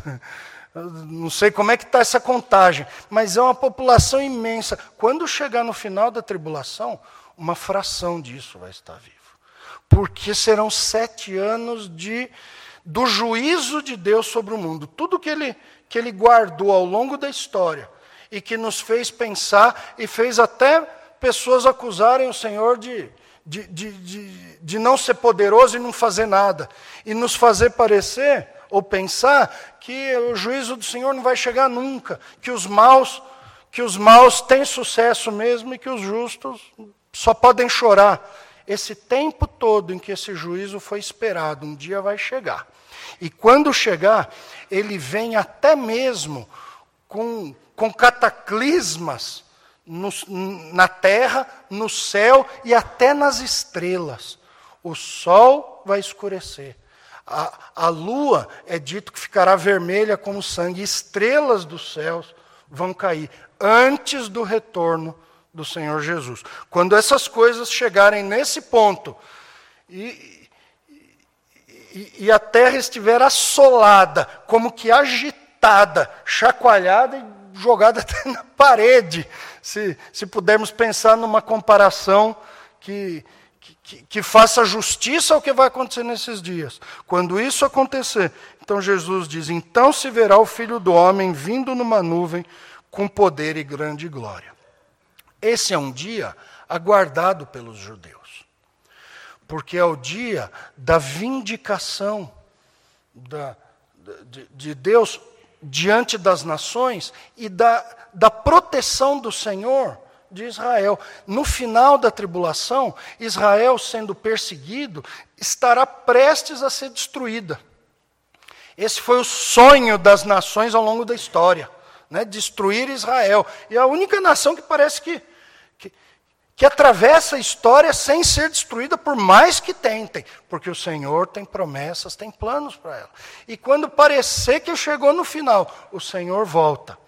não sei como é que está essa contagem, mas é uma população imensa. Quando chegar no final da tribulação, uma fração disso vai estar vivo. Porque serão sete anos de, do juízo de Deus sobre o mundo. Tudo que ele, que ele guardou ao longo da história e que nos fez pensar e fez até pessoas acusarem o Senhor de, de, de, de, de não ser poderoso e não fazer nada. E nos fazer parecer ou pensar que o juízo do Senhor não vai chegar nunca, que os maus, que os maus têm sucesso mesmo e que os justos só podem chorar. Esse tempo todo em que esse juízo foi esperado, um dia vai chegar. E quando chegar, ele vem até mesmo com, com cataclismas no, na terra, no céu e até nas estrelas. O sol vai escurecer. A, a lua é dito que ficará vermelha como sangue, estrelas dos céus vão cair antes do retorno do Senhor Jesus. Quando essas coisas chegarem nesse ponto e, e, e a terra estiver assolada, como que agitada, chacoalhada e jogada até na parede, se, se pudermos pensar numa comparação que... Que, que faça justiça ao que vai acontecer nesses dias. Quando isso acontecer, então Jesus diz, então se verá o Filho do Homem vindo numa nuvem com poder e grande glória. Esse é um dia aguardado pelos judeus, porque é o dia da vindicação da, de, de Deus diante das nações e da, da proteção do Senhor de Israel. No final da tribulação, Israel, sendo perseguido, estará prestes a ser destruída. Esse foi o sonho das nações ao longo da história, né? Destruir Israel. E a única nação que parece que, que, que atravessa a história sem ser destruída, por mais que tentem, porque o Senhor tem promessas, tem planos para ela. E quando parecer que chegou no final, o Senhor volta.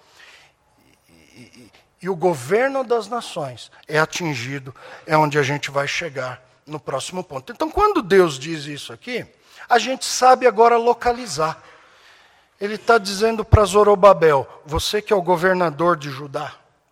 E o governo das nações é atingido, é onde a gente vai chegar no próximo ponto. Então, quando Deus diz isso aqui, a gente sabe agora localizar. Ele está dizendo para Zorobabel, você que é o governador de Judá,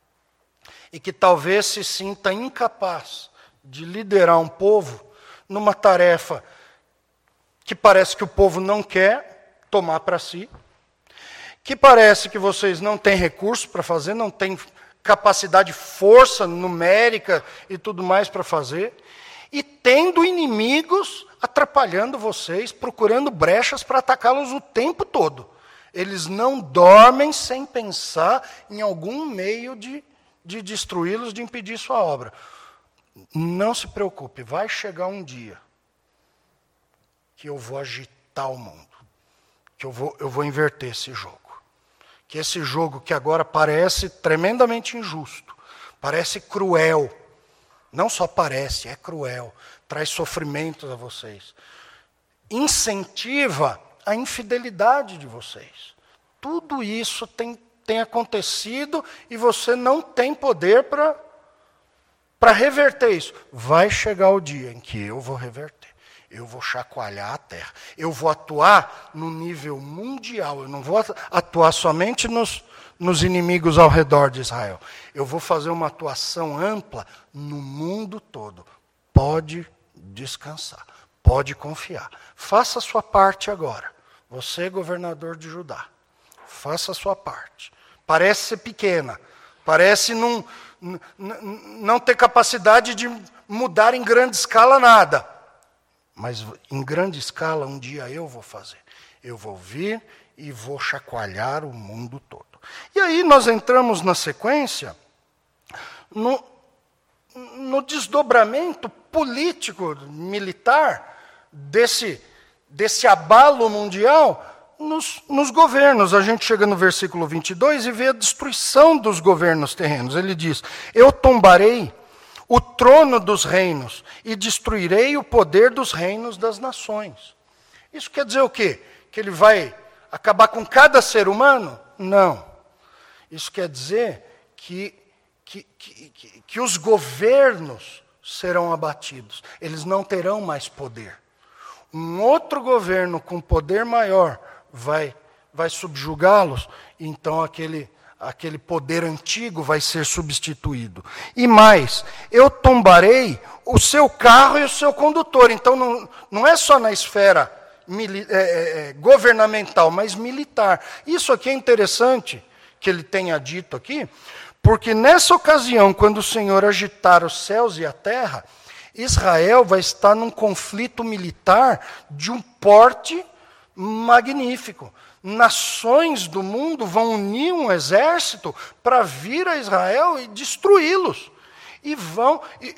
e que talvez se sinta incapaz de liderar um povo numa tarefa que parece que o povo não quer tomar para si, que parece que vocês não têm recursos para fazer, não têm capacidade, força numérica e tudo mais para fazer, e tendo inimigos atrapalhando vocês, procurando brechas para atacá-los o tempo todo. Eles não dormem sem pensar em algum meio de, de destruí-los, de impedir sua obra. Não se preocupe, vai chegar um dia que eu vou agitar o mundo, que eu vou, eu vou inverter esse jogo. Que esse jogo que agora parece tremendamente injusto, parece cruel, não só parece, é cruel, traz sofrimentos a vocês, incentiva a infidelidade de vocês. Tudo isso tem, tem acontecido e você não tem poder para para reverter isso. Vai chegar o dia em que eu vou reverter. Eu vou chacoalhar a terra. Eu vou atuar no nível mundial. Eu não vou atuar somente nos, nos inimigos ao redor de Israel. Eu vou fazer uma atuação ampla no mundo todo. Pode descansar. Pode confiar. Faça a sua parte agora. Você, governador de Judá. Faça a sua parte. Parece ser pequena. Parece não, não ter capacidade de mudar em grande escala nada. Mas em grande escala, um dia eu vou fazer. Eu vou vir e vou chacoalhar o mundo todo. E aí nós entramos na sequência, no, no desdobramento político, militar, desse, desse abalo mundial nos, nos governos. A gente chega no versículo vinte e dois e vê a destruição dos governos terrenos. Ele diz, eu tombarei o trono dos reinos, e destruirei o poder dos reinos das nações. Isso quer dizer o quê? Que ele vai acabar com cada ser humano? Não. Isso quer dizer que, que, que, que, que os governos serão abatidos. Eles não terão mais poder. Um outro governo com poder maior vai, vai subjugá-los, e então aquele... aquele poder antigo vai ser substituído. E mais, eu tombarei o seu carro e o seu condutor. Então, não, não é só na esfera mili- é, é, governamental, mas militar. Isso aqui é interessante que ele tenha dito aqui, porque nessa ocasião, quando o Senhor agitar os céus e a terra, Israel vai estar num conflito militar de um porte magnífico. Nações do mundo vão unir um exército para vir a Israel e destruí-los. E vão. E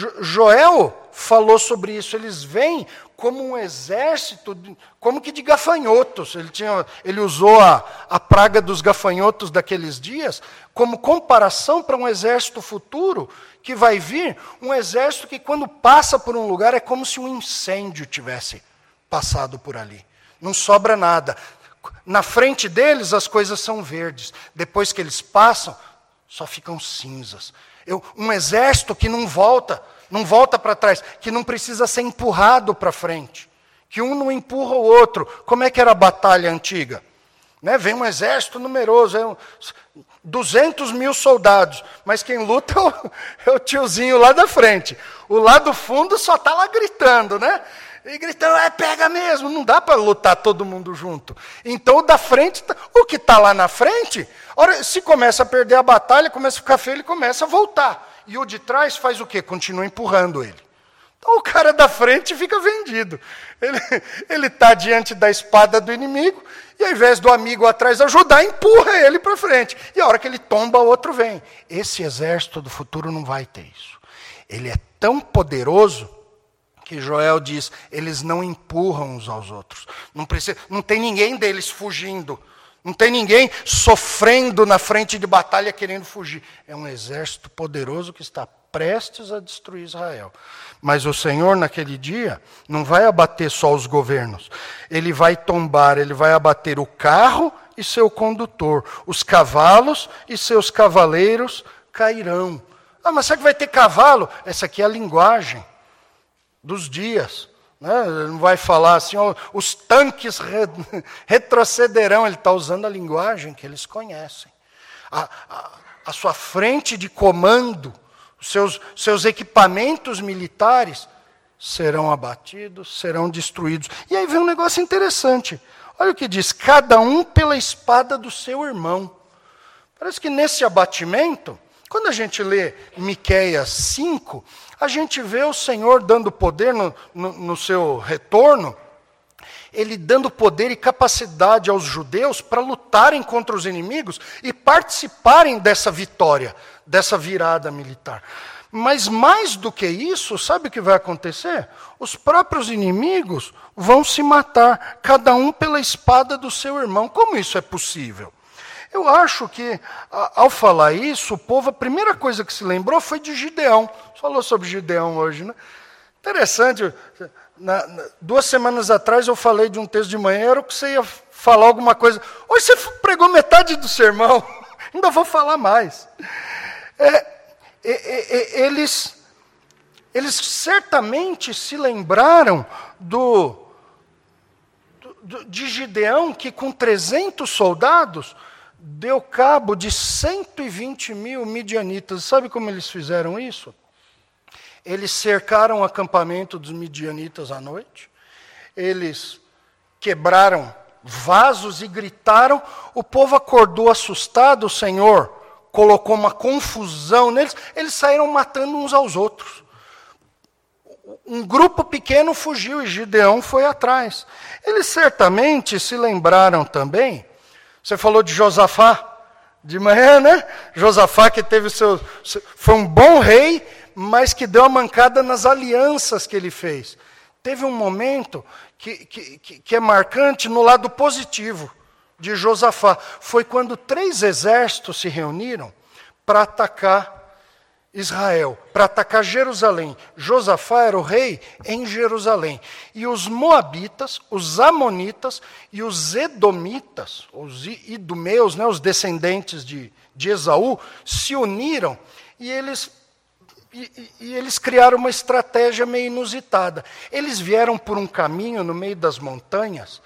Joel falou sobre isso. Eles vêm como um exército, como que de gafanhotos. Ele, tinha, ele usou a, a praga dos gafanhotos daqueles dias como comparação para um exército futuro que vai vir. Um exército que, quando passa por um lugar, é como se um incêndio tivesse passado por ali. Não sobra nada. Na frente deles as coisas são verdes. Depois que eles passam, só ficam cinzas. Eu, um exército que não volta, não volta para trás, que não precisa ser empurrado para frente. Que um não empurra o outro. Como é que era a batalha antiga? Né? Vem um exército numeroso, é um, duzentos mil soldados, mas quem luta é o, é o tiozinho lá da frente. O lá do fundo só está lá gritando, né? E gritando, é, pega mesmo, não dá para lutar todo mundo junto. Então o da frente, o que está lá na frente, ora, se começa a perder a batalha, começa a ficar feio, ele começa a voltar. E o de trás faz o quê? Continua empurrando ele. Então o cara da frente fica vendido. Ele está diante da espada do inimigo, e ao invés do amigo atrás ajudar, empurra ele para frente. E a hora que ele tomba, o outro vem. Esse exército do futuro não vai ter isso. Ele é tão poderoso que Joel diz, eles não empurram uns aos outros. Não, precisa, não tem ninguém deles fugindo. Não tem ninguém sofrendo na frente de batalha querendo fugir. É um exército poderoso que está prestes a destruir Israel. Mas o Senhor, naquele dia, não vai abater só os governos. Ele vai tombar, ele vai abater o carro e seu condutor. Os cavalos e seus cavaleiros cairão. Ah, mas será que vai ter cavalo? Essa aqui é a linguagem dos dias. Né? Ele não vai falar assim, ó, os tanques re retrocederão. Ele está usando a linguagem que eles conhecem. A, a, a sua frente de comando, os seus, seus equipamentos militares serão abatidos, serão destruídos. E aí vem um negócio interessante. Olha o que diz, cada um pela espada do seu irmão. Parece que nesse abatimento, quando a gente lê Miqueias cinco, a gente vê o Senhor dando poder no, no, no seu retorno, ele dando poder e capacidade aos judeus para lutarem contra os inimigos e participarem dessa vitória, dessa virada militar. Mas mais do que isso, sabe o que vai acontecer? Os próprios inimigos vão se matar, cada um pela espada do seu irmão. Como isso é possível? Eu acho que, ao falar isso, o povo, a primeira coisa que se lembrou foi de Gideão. Você falou sobre Gideão hoje, né? Interessante. Na, na, duas semanas atrás eu falei de um texto de manhã, era que você ia falar alguma coisa. Hoje você pregou metade do sermão, ainda vou falar mais. É, é, é, eles, eles certamente se lembraram do, do, de Gideão, que com trezentos soldados deu cabo de cento e vinte mil midianitas. Sabe como eles fizeram isso? Eles cercaram o acampamento dos midianitas à noite, eles quebraram vasos e gritaram, o povo acordou assustado, o Senhor colocou uma confusão neles, eles saíram matando uns aos outros. Um grupo pequeno fugiu e Gideão foi atrás. Eles certamente se lembraram também. Você falou de Josafá de manhã, né? Josafá que teve o seu, foi um bom rei, mas que deu uma mancada nas alianças que ele fez. Teve um momento que, que, que é marcante no lado positivo de Josafá. Foi quando três exércitos se reuniram para atacar Israel, para atacar Jerusalém. Josafá era o rei em Jerusalém. E os moabitas, os amonitas e os edomitas, os idumeus, né, os descendentes de, de Esaú, se uniram e eles, e, e eles criaram uma estratégia meio inusitada. Eles vieram por um caminho no meio das montanhas,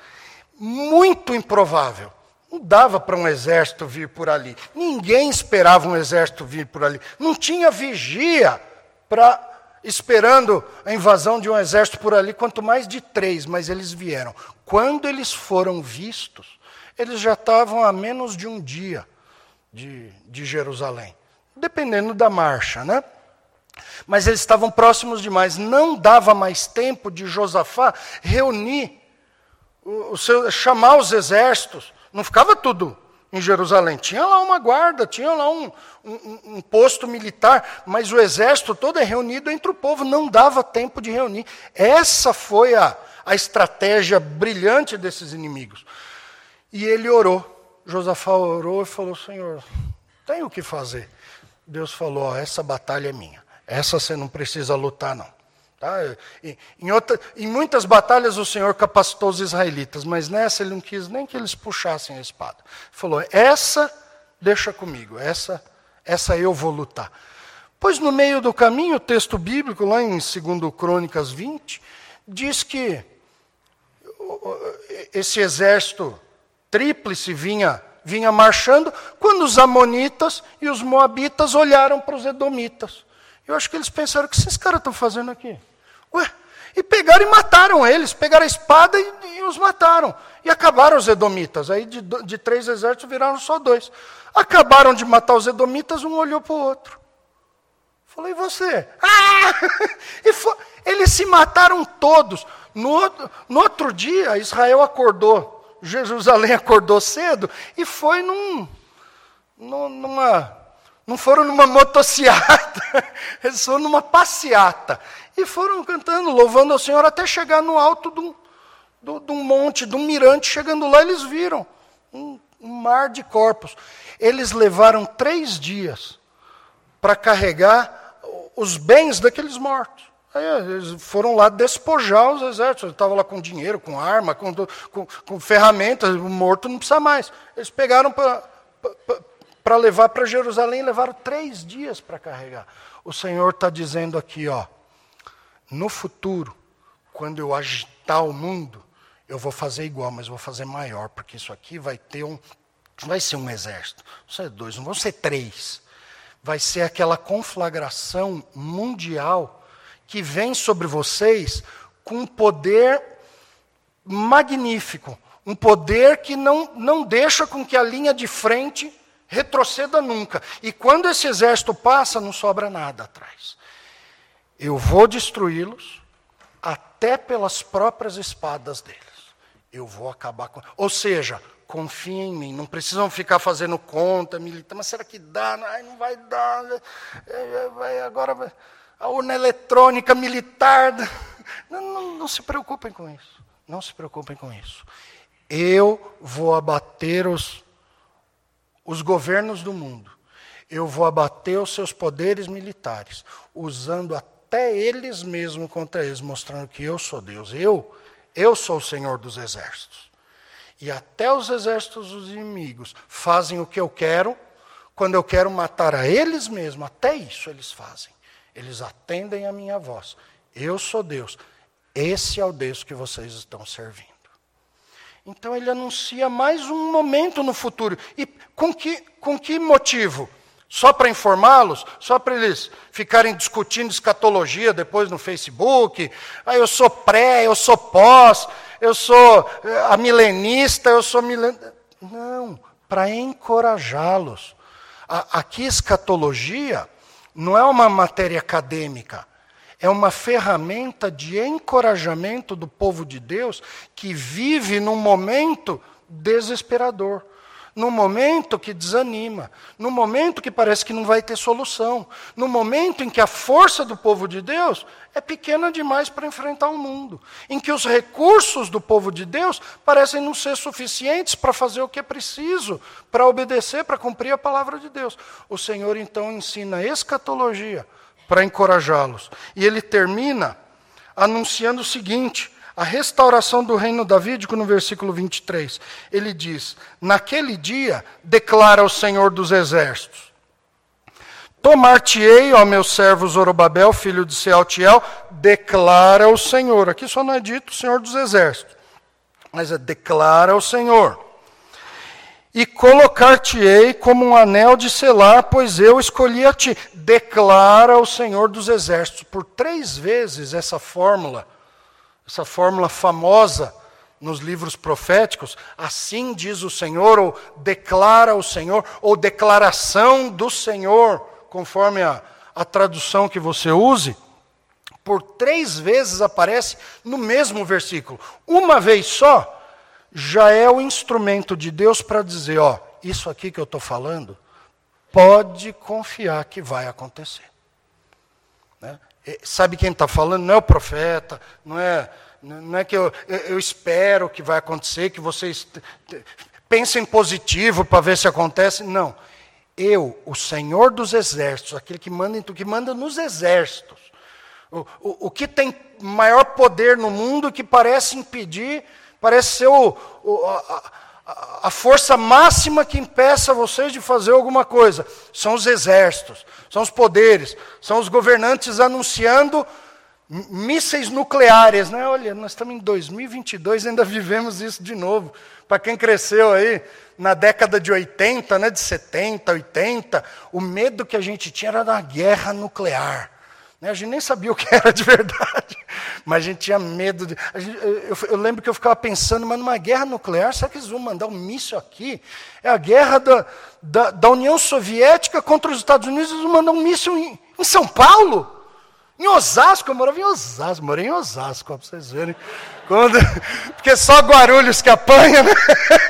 muito improvável. Não dava para um exército vir por ali. Ninguém esperava um exército vir por ali. Não tinha vigia para esperando a invasão de um exército por ali, quanto mais de três, mas eles vieram. Quando eles foram vistos, eles já estavam a menos de um dia de, de Jerusalém, dependendo da marcha, né? Mas eles estavam próximos demais. Não dava mais tempo de Josafá reunir, o, o seu, chamar os exércitos. Não ficava tudo em Jerusalém. Tinha lá uma guarda, tinha lá um, um, um posto militar, mas o exército todo é reunido entre o povo. Não dava tempo de reunir. Essa foi a, a estratégia brilhante desses inimigos. E ele orou. Josafá orou e falou, Senhor, tem o que fazer. Deus falou, ó, essa batalha é minha. Essa você não precisa lutar, não. Tá? Em, outra, em muitas batalhas o Senhor capacitou os israelitas, mas nessa ele não quis nem que eles puxassem a espada. Ele falou, essa deixa comigo, essa, essa eu vou lutar. Pois no meio do caminho, o texto bíblico, lá em dois Crônicas vinte, diz que esse exército tríplice vinha, vinha marchando, quando os amonitas e os moabitas olharam para os edomitas. Eu acho que eles pensaram, o que esses caras estão fazendo aqui? Ué, e pegaram e mataram eles, pegaram a espada e, e os mataram. E acabaram os edomitas. Aí de, de três exércitos viraram só dois. Acabaram de matar os edomitas, um olhou para o outro. Falei, e você? Ah! E foi, eles se mataram todos. No outro, no outro dia, Israel acordou, Jerusalém acordou cedo e foi num, numa... Não foram numa motociata, eles foram numa passeata. E foram cantando, louvando ao Senhor, até chegar no alto de um, de, de um monte, de um mirante. Chegando lá, eles viram um, um mar de corpos. Eles levaram três dias para carregar os bens daqueles mortos. Aí eles foram lá despojar os exércitos. Eles estavam lá com dinheiro, com arma, com, com, com ferramentas. O morto não precisa mais. Eles pegaram para... para levar para Jerusalém, levaram três dias para carregar. O Senhor está dizendo aqui, ó, no futuro, quando eu agitar o mundo, eu vou fazer igual, mas vou fazer maior, porque isso aqui vai ter um, vai ser um exército. Não ser dois, não vão ser três. Vai ser aquela conflagração mundial que vem sobre vocês com um poder magnífico, um poder que não, não deixa com que a linha de frente retroceda nunca. E quando esse exército passa, não sobra nada atrás. Eu vou destruí-los até pelas próprias espadas deles. Eu vou acabar com... Ou seja, confiem em mim. Não precisam ficar fazendo conta militar. Mas será que dá? Ai, não vai dar. Vai, agora vai... a urna eletrônica militar. Não, não, não se preocupem com isso. Não se preocupem com isso. Eu vou abater os... os governos do mundo. Eu vou abater os seus poderes militares, usando até eles mesmos contra eles, mostrando que eu sou Deus. Eu, eu sou o Senhor dos exércitos. E até os exércitos dos inimigos fazem o que eu quero, quando eu quero matar a eles mesmos, até isso eles fazem. Eles atendem a minha voz. Eu sou Deus. Esse é o Deus que vocês estão servindo. Então ele anuncia mais um momento no futuro. E com que, com que motivo? Só para informá-los? Só para eles ficarem discutindo escatologia depois no Facebook? Ah, eu sou pré, eu sou pós, eu sou amilenista, eu sou milen... Não, para encorajá-los. Aqui escatologia não é uma matéria acadêmica. É uma ferramenta de encorajamento do povo de Deus que vive num momento desesperador, num momento que desanima, num momento que parece que não vai ter solução, num momento em que a força do povo de Deus é pequena demais para enfrentar o mundo, em que os recursos do povo de Deus parecem não ser suficientes para fazer o que é preciso, para obedecer, para cumprir a palavra de Deus. O Senhor então ensina escatologia para encorajá-los. E ele termina anunciando o seguinte, a restauração do reino davídico no versículo vinte e três. Ele diz, naquele dia, declara o Senhor dos exércitos, tomar-te-ei, ó meu servo Zorobabel, filho de Sealtiel, declara o Senhor. Aqui só não é dito o Senhor dos exércitos, mas é declara o Senhor. E colocar-te-ei como um anel de selar, pois eu escolhi a ti. Declara o Senhor dos exércitos. Por três vezes essa fórmula, essa fórmula famosa nos livros proféticos, assim diz o Senhor, ou declara o Senhor, ou declaração do Senhor, conforme a, a tradução que você use, por três vezes aparece no mesmo versículo. Uma vez só, já é o instrumento de Deus para dizer, ó, isso aqui que eu estou falando, pode confiar que vai acontecer. Né? Sabe quem está falando? Não é o profeta, não é, não é que eu, eu espero que vai acontecer, que vocês pensem positivo para ver se acontece. Não. Eu, o Senhor dos exércitos, aquele que manda, que manda nos exércitos, o, o, o que tem maior poder no mundo, que parece impedir, parece ser o, o, a, a força máxima que impeça vocês de fazer alguma coisa. São os exércitos, são os poderes, são os governantes anunciando mísseis nucleares. Né? Olha, nós estamos em dois mil e vinte e dois e ainda vivemos isso de novo. Para quem cresceu aí na década de oitenta, né, de setenta, oitenta, o medo que a gente tinha era da guerra nuclear. A gente nem sabia o que era de verdade, mas a gente tinha medo. De, gente, eu, eu lembro que eu ficava pensando, mas numa guerra nuclear, será que eles vão mandar um míssil aqui? É a guerra da, da, da União Soviética contra os Estados Unidos, eles vão mandar um míssil Em São Paulo? Em Osasco? Eu morava em Osasco, morei em Osasco, para vocês verem. Quando... Porque só Guarulhos que apanha, né?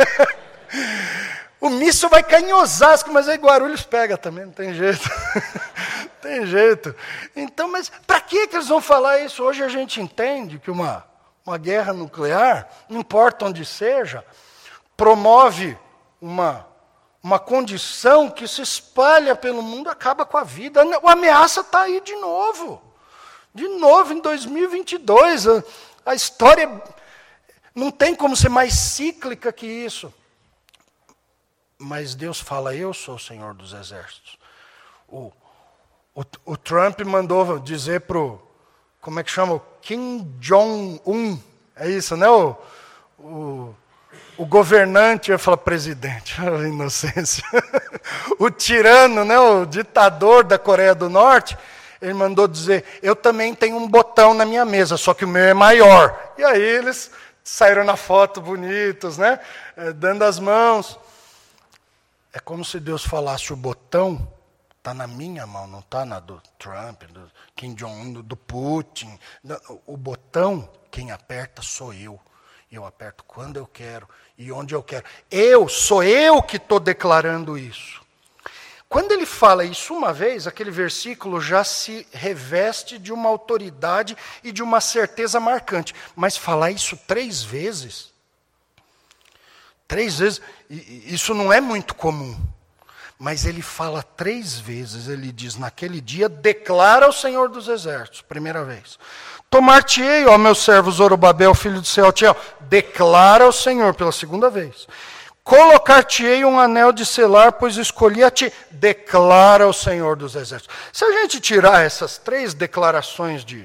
O míssil vai cair em Osasco, mas aí Guarulhos pega também, não tem jeito. Não tem jeito. Então, mas para que que eles vão falar isso? Hoje a gente entende que uma, uma guerra nuclear, não importa onde seja, promove uma, uma condição que se espalha pelo mundo, acaba com a vida. A ameaça está aí de novo. De novo, em dois mil e vinte e dois. A, a história não tem como ser mais cíclica que isso. Mas Deus fala, eu sou o Senhor dos Exércitos. O, o, o Trump mandou dizer para o, como é que chama? O Kim Jong-un. É isso, né? O, o, o governante, eu ia falar presidente, a inocência. O tirano, né? O ditador da Coreia do Norte, ele mandou dizer, eu também tenho um botão na minha mesa, só que o meu é maior. E aí eles saíram na foto bonitos, né? É, dando as mãos. É como se Deus falasse, o botão está na minha mão, não está na do Trump, do Kim Jong-un, do Putin. O botão, quem aperta sou eu. E eu aperto quando eu quero e onde eu quero. Eu, sou eu que estou declarando isso. Quando ele fala isso uma vez, aquele versículo já se reveste de uma autoridade e de uma certeza marcante. Mas falar isso três vezes... Três vezes, isso não é muito comum, mas ele fala três vezes, ele diz, naquele dia, declara o Senhor dos Exércitos, primeira vez. Tomar-te-ei, ó meu servo Zorobabel, filho de Sealtiel, declara o Senhor pela segunda vez. Colocar-te-ei um anel de selar, pois escolhi a ti, declara o Senhor dos Exércitos. Se a gente tirar essas três declarações de,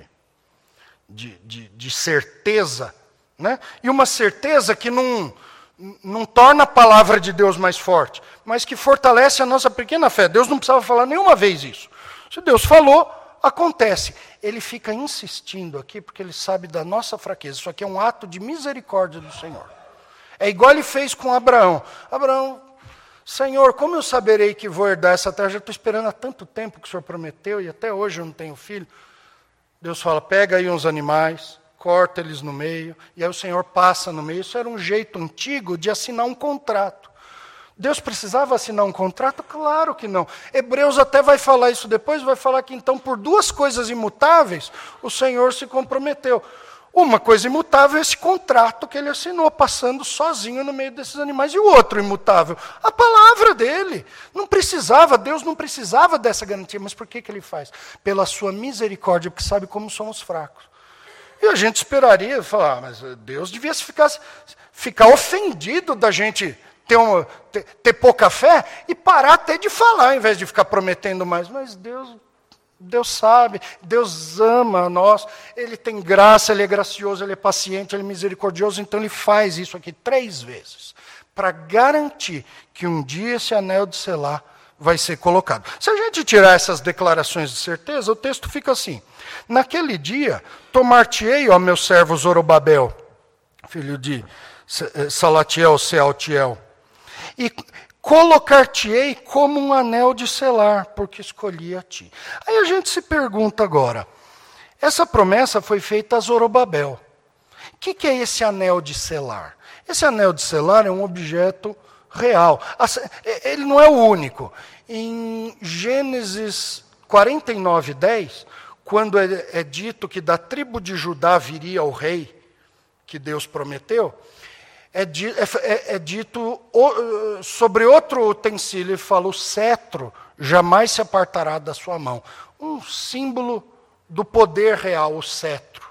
de, de, de certeza, né, e uma certeza que não... não torna a palavra de Deus mais forte, mas que fortalece a nossa pequena fé. Deus não precisava falar nenhuma vez isso. Se Deus falou, acontece. Ele fica insistindo aqui, porque ele sabe da nossa fraqueza. Isso aqui é um ato de misericórdia do Senhor. É igual ele fez com Abraão. Abraão, Senhor, como eu saberei que vou herdar essa terra? Já estou esperando há tanto tempo que o Senhor prometeu, e até hoje eu não tenho filho. Deus fala, pega aí uns animais, corta eles no meio, e aí o Senhor passa no meio. Isso era um jeito antigo de assinar um contrato. Deus precisava assinar um contrato? Claro que não. Hebreus até vai falar isso depois, vai falar que então por duas coisas imutáveis o Senhor se comprometeu. Uma coisa imutável é esse contrato que ele assinou, passando sozinho no meio desses animais. E o outro imutável? A palavra dele. Não precisava, Deus não precisava dessa garantia. Mas por que, que ele faz? Pela sua misericórdia, porque sabe como somos fracos. E a gente esperaria, falar, ah, mas Deus devia ficar, ficar ofendido da gente ter, uma, ter, ter pouca fé e parar até de falar, ao invés de ficar prometendo mais. Mas Deus, Deus sabe, Deus ama a nós, Ele tem graça, Ele é gracioso, Ele é paciente, Ele é misericordioso, então Ele faz isso aqui três vezes, para garantir que um dia esse anel de selar vai ser colocado. Se a gente tirar essas declarações de certeza, o texto fica assim. Naquele dia, tomar-te-ei, ó meu servo Zorobabel, filho de Salatiel, Sealtiel, e colocar-te-ei como um anel de selar, porque escolhi a ti. Aí a gente se pergunta agora, essa promessa foi feita a Zorobabel. O que, que é esse anel de selar? Esse anel de selar é um objeto real. Ele não é o único. Em Gênesis quarenta e nove, dez, quando é, é dito que da tribo de Judá viria o rei que Deus prometeu, é, di, é, é dito o, sobre outro utensílio, ele fala, o cetro jamais se apartará da sua mão. Um símbolo do poder real, o cetro.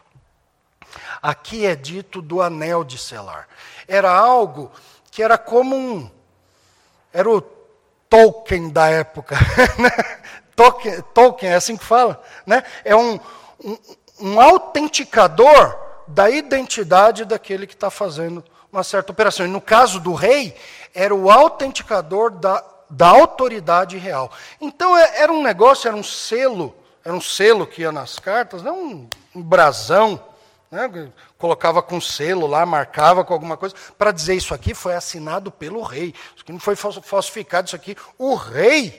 Aqui é dito do anel de selar. Era algo que era como um... Era o Tolkien da época. Tolkien, Tolkien, é assim que fala? Né? É um, um, um autenticador da identidade daquele que está fazendo uma certa operação. E no caso do rei, era o autenticador da, da autoridade real. Então era um negócio, era um selo, era um selo que ia nas cartas, não um, um brasão, né? Colocava com selo lá, marcava com alguma coisa, para dizer isso aqui foi assinado pelo rei. Isso aqui não foi falsificado, isso aqui o rei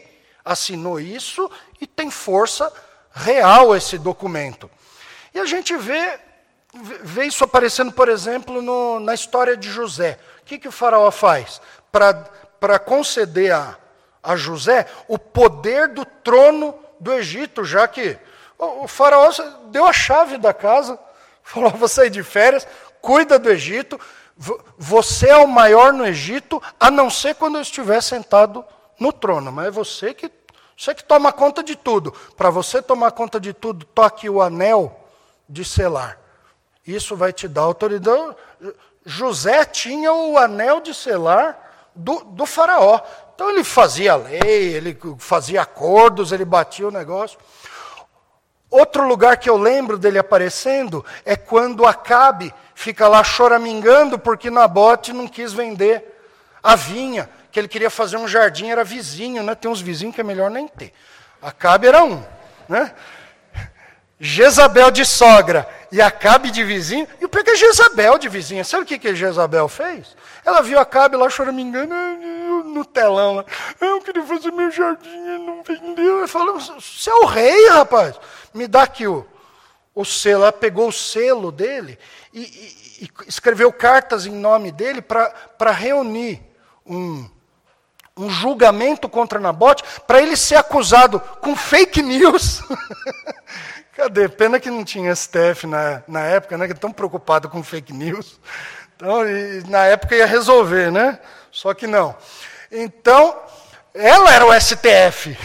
assinou isso e tem força real esse documento. E a gente vê, vê isso aparecendo, por exemplo, no, na história de José. O que, que o faraó faz? Para conceder a, a José o poder do trono do Egito, já que o, o faraó deu a chave da casa, falou, vou sair de férias, cuida do Egito, você é o maior no Egito, a não ser quando eu estiver sentado no trono, mas é você que, você que toma conta de tudo. Para você tomar conta de tudo, toque o anel de selar. Isso vai te dar autoridade. José tinha o anel de selar do, do faraó. Então ele fazia lei, ele fazia acordos, ele batia o negócio. Outro lugar que eu lembro dele aparecendo é quando Acabe fica lá choramingando porque Nabote não quis vender a vinha, que ele queria fazer um jardim, era vizinho, né? Tem uns vizinhos que é melhor nem ter. Acabe era um, né? Jezabel de sogra e Acabe de vizinho. E o pior que é Jezabel de vizinha. Sabe o que, que Jezabel fez? Ela viu Acabe lá choramingando no telão. Lá. Eu queria fazer meu jardim e não vendeu. Ela falou, você é o rei, rapaz. Me dá aqui o, o selo. Ela pegou o selo dele e, e, e escreveu cartas em nome dele para reunir um, um julgamento contra Nabote, para ele ser acusado com fake news. Cadê? Pena que não tinha S T F na, na época, né? Que tão preocupado com fake news. Então, e, na época ia resolver, né? Só que não. Então, ela era o S T F.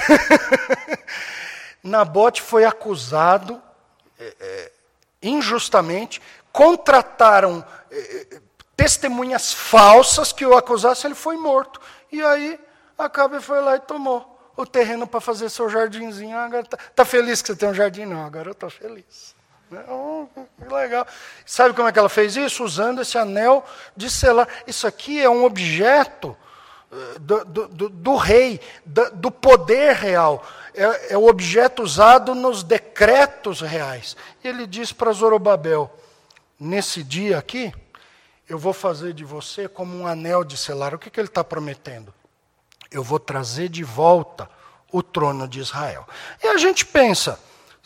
Nabote foi acusado é, é, injustamente, contrataram é, testemunhas falsas que o acusassem, ele foi morto. E aí, Acabe foi lá e tomou o terreno para fazer seu jardinzinho. Agora tá, tá feliz que você tem um jardim? Não, agora eu estou feliz. Oh, que legal. Sabe como é que ela fez isso? Usando esse anel de selar. Isso aqui é um objeto do, do, do, do rei, do, do poder real. É, é o objeto usado nos decretos reais. E ele diz para Zorobabel, nesse dia aqui, eu vou fazer de você como um anel de selar. O que, que ele está prometendo? Eu vou trazer de volta o trono de Israel. E a gente pensa,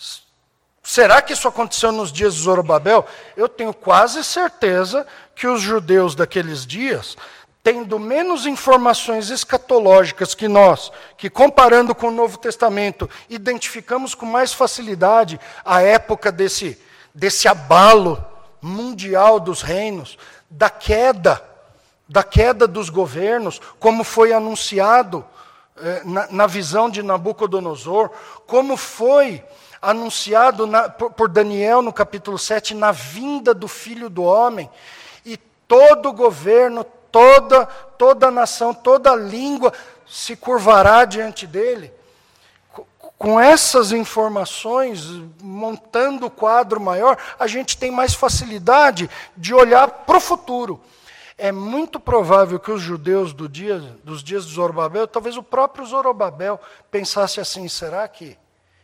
será que isso aconteceu nos dias de Zorobabel? Eu tenho quase certeza que os judeus daqueles dias, tendo menos informações escatológicas que nós, que comparando com o Novo Testamento, identificamos com mais facilidade a época desse, desse abalo mundial dos reinos, da queda, da queda dos governos, como foi anunciado eh, na, na visão de Nabucodonosor, como foi anunciado na, por, por Daniel no capítulo sete, na vinda do Filho do Homem, e todo o governo, toda, toda a nação, toda a língua se curvará diante dele. Com essas informações, montando o quadro maior, a gente tem mais facilidade de olhar para o futuro. É muito provável que os judeus do dia, dos dias de Zorobabel, talvez o próprio Zorobabel, pensasse assim, será que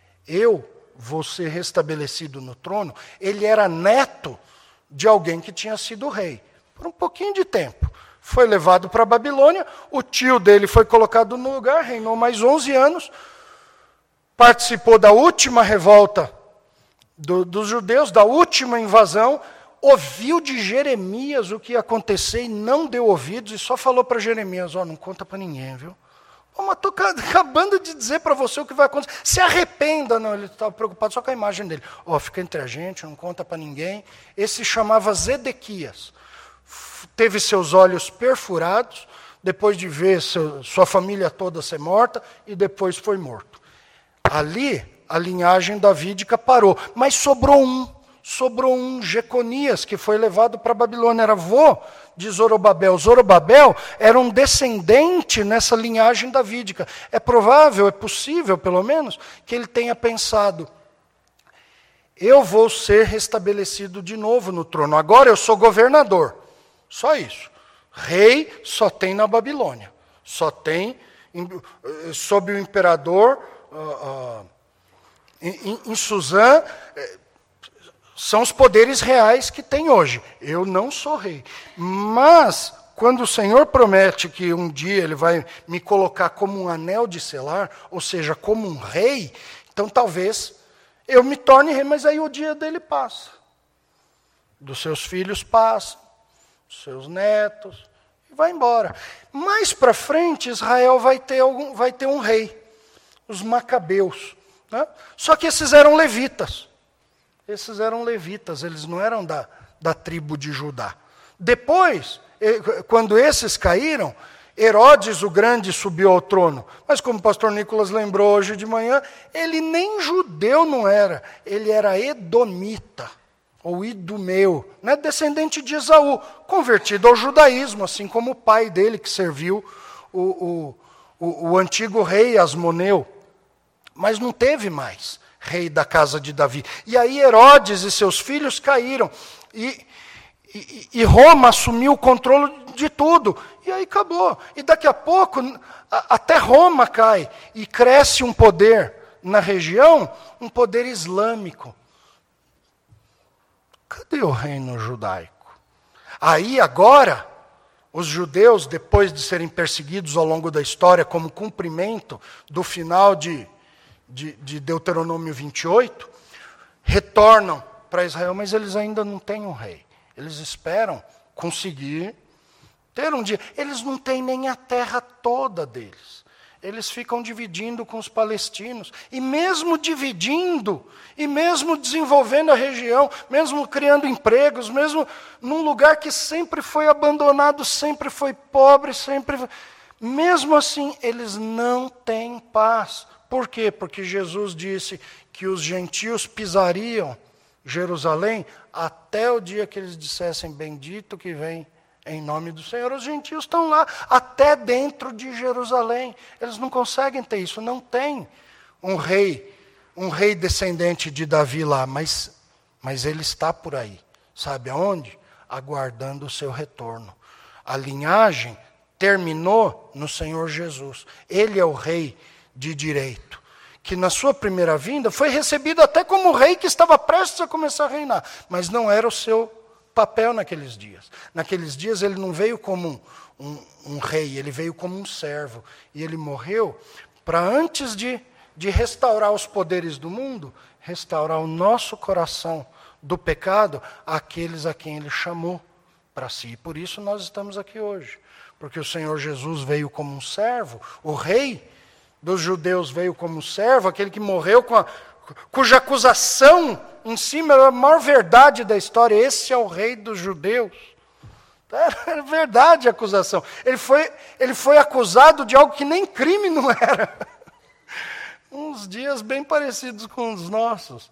eu vou ser restabelecido no trono? Ele era neto de alguém que tinha sido rei, por um pouquinho de tempo. Foi levado para a Babilônia, o tio dele foi colocado no lugar, reinou mais onze anos, participou da última revolta do, dos judeus, da última invasão, ouviu de Jeremias o que ia acontecer e não deu ouvidos, e só falou para Jeremias, ó, oh, não conta para ninguém, viu? Oh, mas estou acabando de dizer para você o que vai acontecer. Se arrependa. Não, ele estava preocupado só com a imagem dele. Ó, oh, fica entre a gente, não conta para ninguém. Esse se chamava Zedequias. Teve seus olhos perfurados, depois de ver seu, sua família toda ser morta, e depois foi morto. Ali, a linhagem davídica parou, mas sobrou um, sobrou um, Jeconias, que foi levado para a Babilônia, era avô de Zorobabel. Zorobabel era um descendente nessa linhagem davídica. É provável, é possível, pelo menos, que ele tenha pensado, eu vou ser restabelecido de novo no trono, agora eu sou governador. Só isso. Rei só tem na Babilônia. Só tem sob o imperador uh, uh, em, em Suzã. São os poderes reais que tem hoje. Eu não sou rei. Mas, quando o Senhor promete que um dia Ele vai me colocar como um anel de selar, ou seja, como um rei, então talvez eu me torne rei, mas aí o dia dele passa. Dos seus filhos passa, dos seus netos, e vai embora. Mais para frente, Israel vai ter, algum, vai ter um rei, os Macabeus. Né? Só que esses eram levitas. Esses eram levitas, eles não eram da, da tribo de Judá. Depois, quando esses caíram, Herodes o Grande subiu ao trono. Mas como o pastor Nicolas lembrou hoje de manhã, ele nem judeu não era, ele era edomita, ou idumeu, né? Descendente de Esaú, convertido ao judaísmo, assim como o pai dele que serviu o, o, o, o antigo rei Asmoneu. Mas não teve mais rei da casa de Davi. E aí Herodes e seus filhos caíram. E, e, e Roma assumiu o controle de tudo. E aí acabou. E daqui a pouco, a, até Roma cai. E cresce um poder na região, um poder islâmico. Cadê o reino judaico? Aí agora, os judeus, depois de serem perseguidos ao longo da história, como cumprimento do final de... De, de Deuteronômio vinte e oito, retornam para Israel, mas eles ainda não têm um rei. Eles esperam conseguir ter um dia. Eles não têm nem a terra toda deles. Eles ficam dividindo com os palestinos. E mesmo dividindo, e mesmo desenvolvendo a região, mesmo criando empregos, mesmo num lugar que sempre foi abandonado, sempre foi pobre, sempre... Mesmo assim, eles não têm paz. Por quê? Porque Jesus disse que os gentios pisariam Jerusalém até o dia que eles dissessem bendito que vem em nome do Senhor. Os gentios estão lá, até dentro de Jerusalém. Eles não conseguem ter isso, não tem um rei, um rei descendente de Davi lá, mas, mas ele está por aí. Sabe aonde? Aguardando o seu retorno. A linhagem terminou no Senhor Jesus. Ele é o rei de direito, que na sua primeira vinda foi recebido até como rei que estava prestes a começar a reinar, mas não era o seu papel naqueles dias. Naqueles dias ele não veio como um, um, um rei, ele veio como um servo, e ele morreu para, antes de, de restaurar os poderes do mundo, restaurar o nosso coração do pecado àqueles a quem ele chamou para si. E por isso nós estamos aqui hoje, porque o Senhor Jesus veio como um servo, o rei dos judeus veio como servo, aquele que morreu com a, cuja acusação em cima era a maior verdade da história. Esse é o rei dos judeus. Era verdade a acusação. Ele foi, ele foi acusado de algo que nem crime não era. Uns dias bem parecidos com os nossos.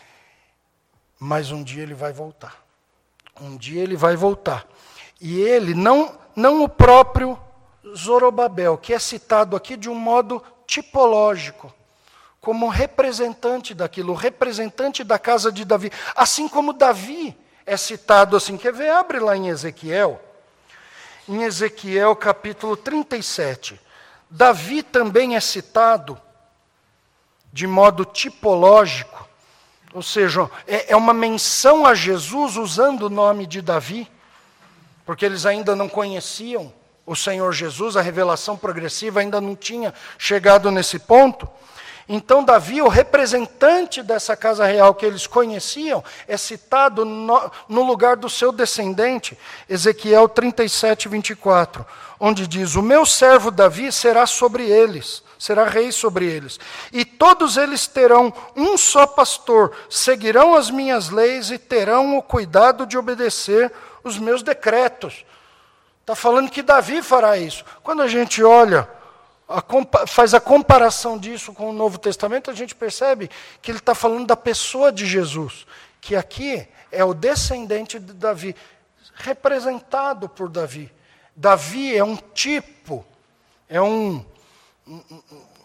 Mas um dia ele vai voltar. Um dia ele vai voltar. E ele, não, não o próprio Zorobabel, que é citado aqui de um modo tipológico, como representante daquilo, representante da casa de Davi, assim como Davi é citado assim. Quer ver? Abre lá em Ezequiel, em Ezequiel capítulo trinta e sete. Davi também é citado de modo tipológico, ou seja, é, é uma menção a Jesus usando o nome de Davi, porque eles ainda não conheciam o Senhor Jesus, a revelação progressiva ainda não tinha chegado nesse ponto. Então Davi, o representante dessa casa real que eles conheciam, é citado no, no lugar do seu descendente, Ezequiel trinta e sete, vinte e quatro, onde diz: o meu servo Davi será sobre eles, será rei sobre eles, e todos eles terão um só pastor, seguirão as minhas leis e terão o cuidado de obedecer os meus decretos. Está falando que Davi fará isso. Quando a gente olha, a compa- faz a comparação disso com o Novo Testamento, a gente percebe que ele está falando da pessoa de Jesus, que aqui é o descendente de Davi, representado por Davi. Davi é um tipo, é um, um,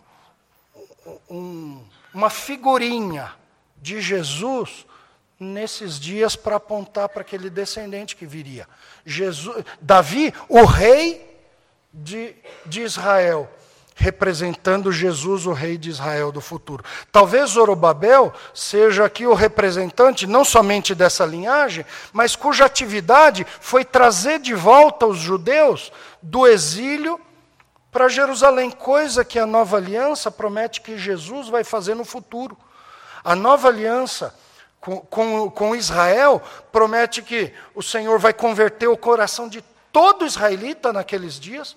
um, uma figurinha de Jesus nesses dias para apontar para aquele descendente que viria. Jesus, Davi, o rei de, de Israel, representando Jesus, o rei de Israel do futuro. Talvez Zorobabel seja aqui o representante não somente dessa linhagem, mas cuja atividade foi trazer de volta os judeus do exílio para Jerusalém, coisa que a nova aliança promete que Jesus vai fazer no futuro. A nova aliança com, com, com Israel promete que o Senhor vai converter o coração de todo israelita naqueles dias,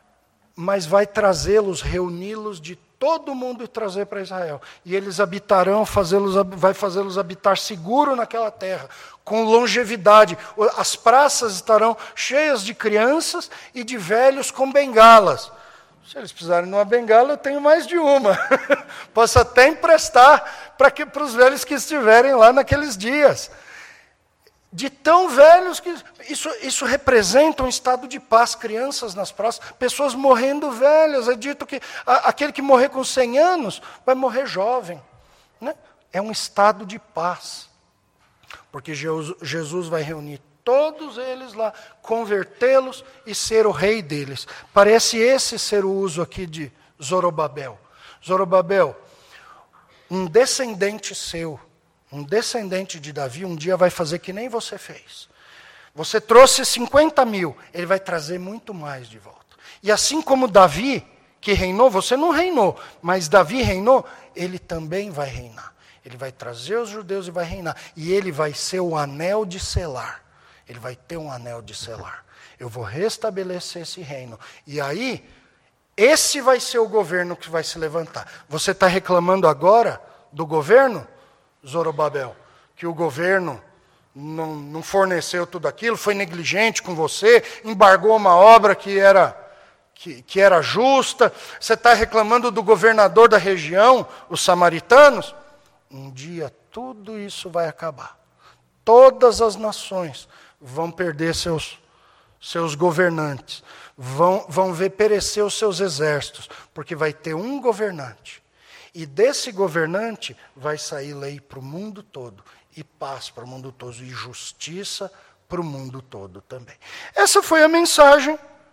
mas vai trazê-los, reuni-los de todo mundo e trazer para Israel. E eles habitarão, fazê-los, vai fazê-los habitar seguro naquela terra, com longevidade. As praças estarão cheias de crianças e de velhos com bengalas. Se eles precisarem de uma bengala, eu tenho mais de uma. Posso até emprestar para que, para os velhos que estiverem lá naqueles dias. De tão velhos que... Isso, isso representa um estado de paz. Crianças nas praças, pessoas morrendo velhas. É dito que a, aquele que morrer com cem anos vai morrer jovem. Né? É um estado de paz. Porque Jesus vai reunir todos eles lá, convertê-los e ser o rei deles. Parece esse ser o uso aqui de Zorobabel. Zorobabel, um descendente seu, um descendente de Davi, um dia vai fazer que nem você fez. Você trouxe cinquenta mil, ele vai trazer muito mais de volta. E assim como Davi, que reinou, você não reinou, mas Davi reinou, ele também vai reinar. Ele vai trazer os judeus e vai reinar. E ele vai ser o anel de selar. Ele vai ter um anel de selar. Eu vou restabelecer esse reino. E aí, esse vai ser o governo que vai se levantar. Você está reclamando agora do governo, Zorobabel? Que o governo não, não forneceu tudo aquilo, foi negligente com você, embargou uma obra que era, que, que era justa. Você está reclamando do governador da região, os samaritanos? Um dia tudo isso vai acabar. Todas as nações vão perder seus, seus governantes, vão, vão ver perecer os seus exércitos, porque vai ter um governante. E desse governante vai sair lei para o mundo todo, e paz para o mundo todo, e justiça para o mundo todo também. Essa foi a mensagem,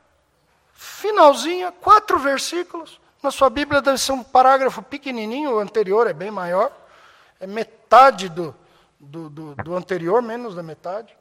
finalzinha, quatro versículos. Na sua Bíblia deve ser um parágrafo pequenininho, o anterior é bem maior, é metade do, do, do, do anterior, menos da metade.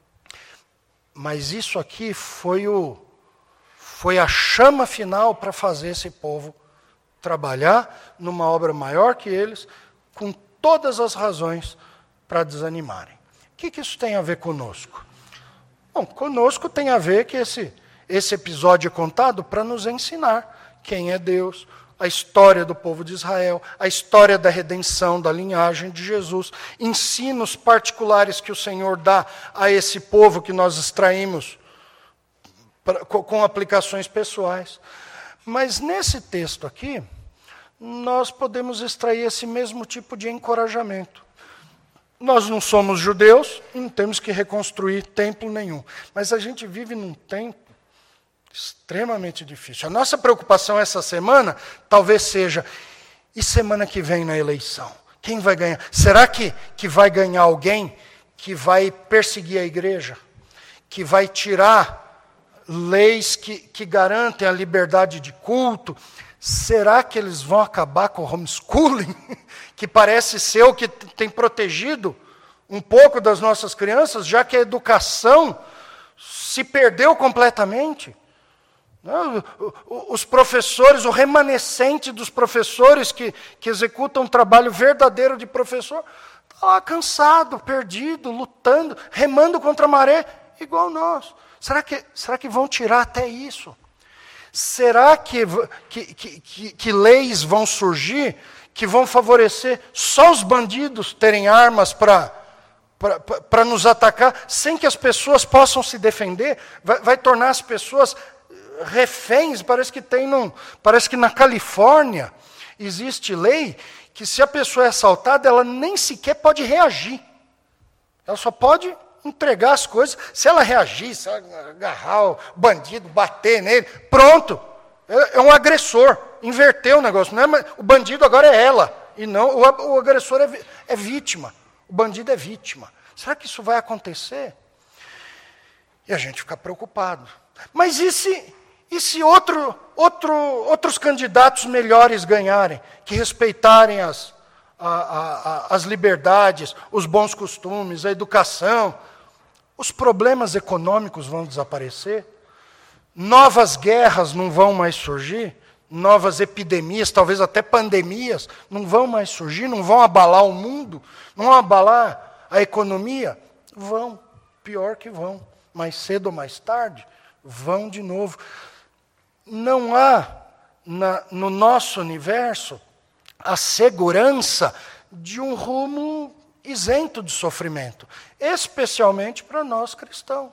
Mas isso aqui foi, o, foi a chama final para fazer esse povo trabalhar numa obra maior que eles, com todas as razões para desanimarem. O que, que isso tem a ver conosco? Bom, conosco tem a ver que esse, esse episódio é contado para nos ensinar quem é Deus, a história do povo de Israel, a história da redenção, da linhagem de Jesus, ensinos particulares que o Senhor dá a esse povo que nós extraímos pra, com aplicações pessoais. Mas nesse texto aqui, nós podemos extrair esse mesmo tipo de encorajamento. Nós não somos judeus e não temos que reconstruir templo nenhum, mas a gente vive num tempo extremamente difícil. A nossa preocupação essa semana talvez seja, e semana que vem na eleição? Quem vai ganhar? Será que, que vai ganhar alguém que vai perseguir a igreja? Que vai tirar leis que, que garantem a liberdade de culto? Será que eles vão acabar com o homeschooling? Que parece ser o que tem protegido um pouco das nossas crianças, já que a educação se perdeu completamente. Os professores, o remanescente dos professores que, que executam um trabalho verdadeiro de professor, está lá cansado, perdido, lutando, remando contra a maré, igual nós. Será que, será que vão tirar até isso? Será que, que, que, que, que leis vão surgir que vão favorecer só os bandidos terem armas para para nos atacar, sem que as pessoas possam se defender? Vai, vai tornar as pessoas reféns. Parece que tem num, parece que na Califórnia existe lei que se a pessoa é assaltada, ela nem sequer pode reagir. Ela só pode entregar as coisas. Se ela reagir, se ela agarrar o bandido, bater nele, pronto, é um agressor. Inverteu o negócio. Não é, o bandido agora é ela, e não o, o agressor é, é vítima. O bandido é vítima. Será que isso vai acontecer? E a gente fica preocupado. Mas e se, E se outro, outro, outros candidatos melhores ganharem, que respeitarem as, a, a, a, as liberdades, os bons costumes, a educação, os problemas econômicos vão desaparecer? Novas guerras não vão mais surgir? Novas epidemias, talvez até pandemias, não vão mais surgir, não vão abalar o mundo, não vão abalar a economia? Vão, pior que vão, mais cedo ou mais tarde, vão de novo. Não há na, no nosso universo a segurança de um rumo isento de sofrimento, especialmente para nós cristãos.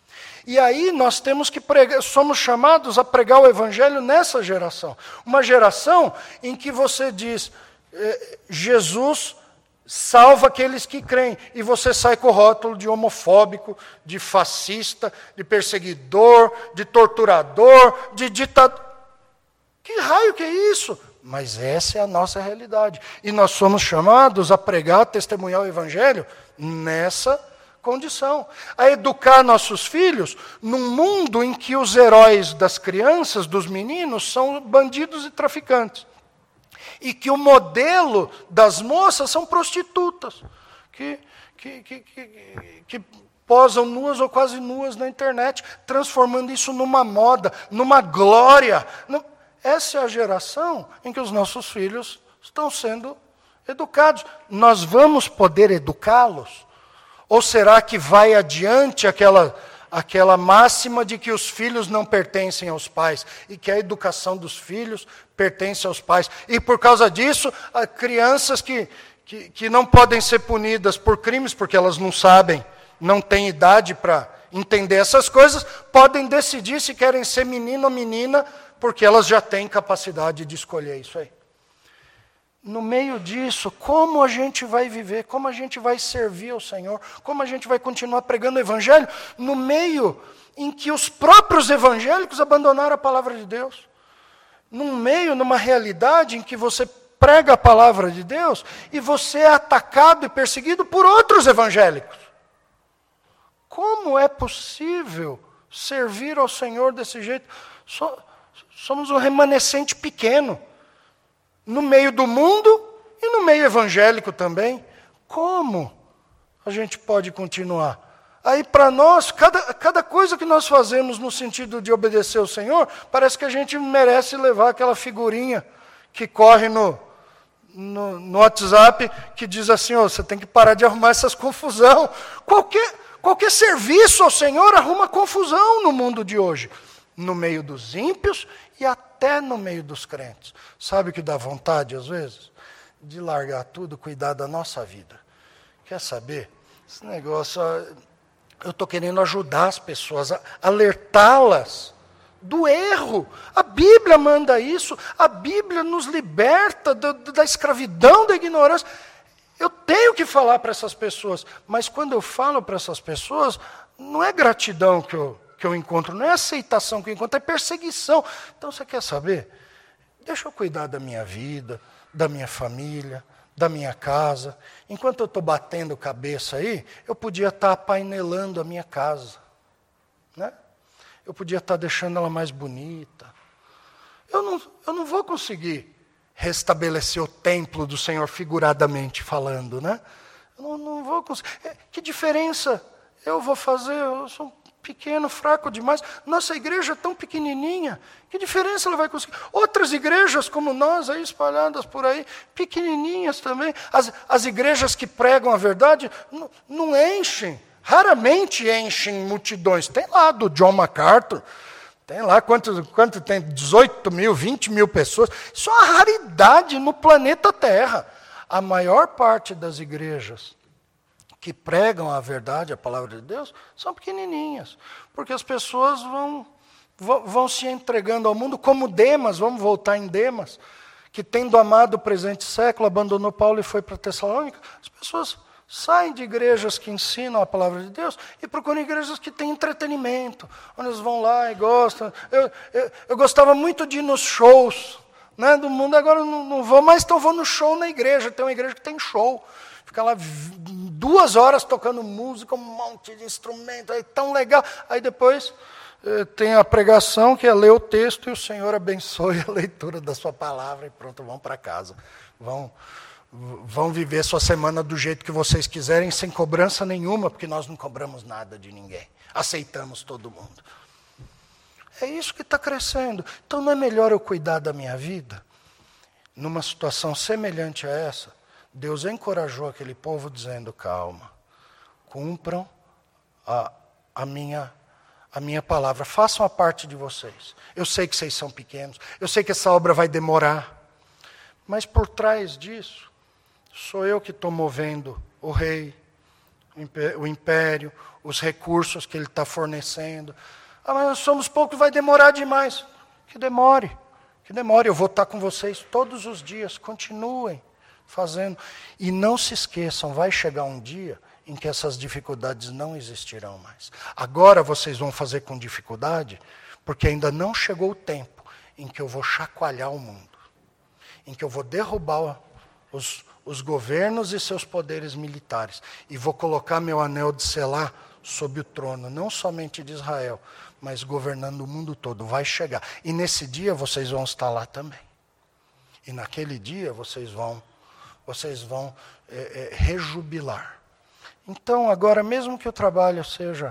E aí nós temos que pregar, somos chamados a pregar o evangelho nessa geração. Uma geração em que você diz, eh, Jesus salva aqueles que creem, e você sai com o rótulo de homofóbico, de fascista, de perseguidor, de torturador, de ditador. Que raio que é isso? Mas essa é a nossa realidade. E nós somos chamados a pregar, a testemunhar o evangelho nessa condição, a educar nossos filhos num mundo em que os heróis das crianças, dos meninos, são bandidos e traficantes. E que o modelo das moças são prostitutas, que, que, que, que, que posam nuas ou quase nuas na internet, transformando isso numa moda, numa glória. Essa é a geração em que os nossos filhos estão sendo educados. Nós vamos poder educá-los? Ou será que vai adiante aquela, aquela máxima de que os filhos não pertencem aos pais e que a educação dos filhos pertence aos pais? E por causa disso, há crianças que, que, que não podem ser punidas por crimes, porque elas não sabem, não têm idade para entender essas coisas, podem decidir se querem ser menino ou menina, porque elas já têm capacidade de escolher isso aí. No meio disso, como a gente vai viver, como a gente vai servir ao Senhor, como a gente vai continuar pregando o evangelho, no meio em que os próprios evangélicos abandonaram a palavra de Deus. Num meio, numa realidade em que você prega a palavra de Deus e você é atacado e perseguido por outros evangélicos. Como é possível servir ao Senhor desse jeito? Somos um remanescente pequeno, no meio do mundo e no meio evangélico também. Como a gente pode continuar? Aí, para nós, cada, cada coisa que nós fazemos no sentido de obedecer ao Senhor, parece que a gente merece levar aquela figurinha que corre no, no, no WhatsApp, que diz assim, oh, você tem que parar de arrumar essas confusão. Qualquer, qualquer serviço ao Senhor arruma confusão no mundo de hoje, no meio dos ímpios e até no meio dos crentes. Sabe o que dá vontade, às vezes? De largar tudo, cuidar da nossa vida. Quer saber? Esse negócio, eu estou querendo ajudar as pessoas, alertá-las do erro. A Bíblia manda isso, a Bíblia nos liberta da, da escravidão, da ignorância. Eu tenho que falar para essas pessoas, mas quando eu falo para essas pessoas, não é gratidão que eu... que eu encontro, não é aceitação que eu encontro, é perseguição. Então, você quer saber? Deixa eu cuidar da minha vida, da minha família, da minha casa. Enquanto eu estou batendo cabeça aí, eu podia estar apainelando a minha casa. Né? Eu podia estar deixando ela mais bonita. Eu não, eu não vou conseguir restabelecer o templo do Senhor figuradamente falando. Né? Eu não, não vou conseguir. Que diferença eu vou fazer? Eu sou pequeno, fraco demais. Nossa igreja é tão pequenininha. Que diferença ela vai conseguir? Outras igrejas como nós, aí espalhadas por aí, pequenininhas também. As, as igrejas que pregam a verdade não, não enchem. Raramente enchem multidões. Tem lá do John MacArthur. Tem lá, quanto, quanto tem? dezoito mil, vinte mil pessoas. Isso é uma raridade no planeta Terra. A maior parte das igrejas que pregam a verdade, a palavra de Deus, são pequenininhas. Porque as pessoas vão, vão, vão se entregando ao mundo, como Demas, vamos voltar em Demas, que tendo amado o presente século, abandonou Paulo e foi para Tessalônica. As pessoas saem de igrejas que ensinam a palavra de Deus e procuram igrejas que têm entretenimento, onde eles vão lá e gostam. Eu, eu, eu gostava muito de ir nos shows, né, do mundo, agora eu não, não vou mais, então vou no show na igreja. Tem uma igreja que tem show. Fica lá duas horas tocando música, um monte de instrumento, aí tão legal. Aí depois tem a pregação, que é ler o texto, e o Senhor abençoe a leitura da sua palavra, e pronto, vão para casa. Vão, vão viver sua semana do jeito que vocês quiserem, sem cobrança nenhuma, porque nós não cobramos nada de ninguém. Aceitamos todo mundo. É isso que está crescendo. Então não é melhor eu cuidar da minha vida? Numa situação semelhante a essa, Deus encorajou aquele povo dizendo, calma, cumpram a, a, minha, a minha palavra, façam a parte de vocês. Eu sei que vocês são pequenos, eu sei que essa obra vai demorar, mas por trás disso, sou eu que estou movendo o rei, o império, os recursos que ele está fornecendo. Ah, mas nós somos poucos, vai demorar demais. Que demore, que demore. Eu vou estar com vocês todos os dias. Continuem fazendo. E não se esqueçam, vai chegar um dia em que essas dificuldades não existirão mais. Agora vocês vão fazer com dificuldade, porque ainda não chegou o tempo em que eu vou chacoalhar o mundo. Em que eu vou derrubar os, os governos e seus poderes militares. E vou colocar meu anel de selar sob o trono, não somente de Israel, mas governando o mundo todo. Vai chegar. E nesse dia vocês vão estar lá também. E naquele dia vocês vão, vocês vão é, é, rejubilar. Então, agora, mesmo que o trabalho seja,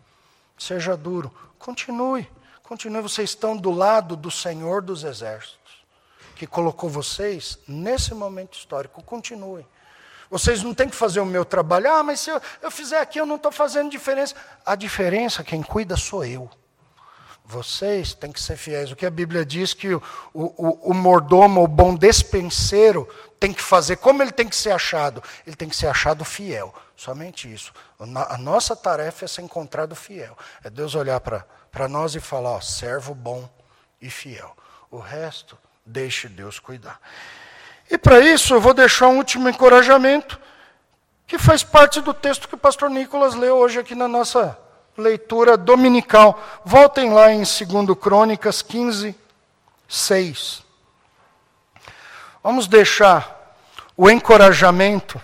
seja duro, continue. Continue. Vocês estão do lado do Senhor dos Exércitos, que colocou vocês nesse momento histórico. Continuem. Vocês não têm que fazer o meu trabalho. Ah, mas se eu, eu fizer aqui, eu não estou fazendo diferença. A diferença, quem cuida sou eu. Vocês têm que ser fiéis. O que a Bíblia diz que o, o, o mordomo, o bom despenseiro, tem que fazer, como ele tem que ser achado? Ele tem que ser achado fiel. Somente isso. A nossa tarefa é ser encontrado fiel. É Deus olhar para nós e falar, ó, servo bom e fiel. O resto, deixe Deus cuidar. E para isso eu vou deixar um último encorajamento, que faz parte do texto que o pastor Nicolas leu hoje aqui na nossa leitura dominical. Voltem lá em dois Crônicas quinze, seis. Vamos deixar o encorajamento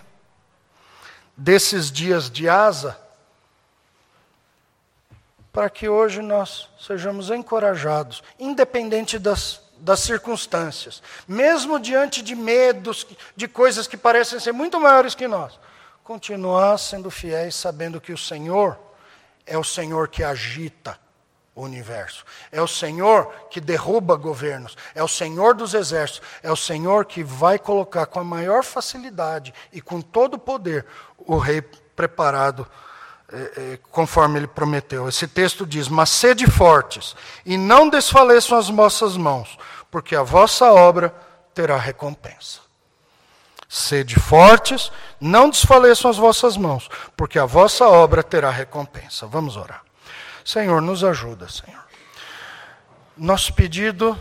desses dias de Asa, para que hoje nós sejamos encorajados, independente das das circunstâncias, mesmo diante de medos, de coisas que parecem ser muito maiores que nós, continuar sendo fiéis, sabendo que o Senhor é o Senhor que agita o universo, é o Senhor que derruba governos, é o Senhor dos exércitos, é o Senhor que vai colocar com a maior facilidade e com todo o poder o rei preparado É, é, conforme ele prometeu. Esse texto diz, mas sede fortes, e não desfaleçam as vossas mãos, porque a vossa obra terá recompensa. Sede fortes, não desfaleçam as vossas mãos, porque a vossa obra terá recompensa. Vamos orar. Senhor, nos ajuda, Senhor. Nosso pedido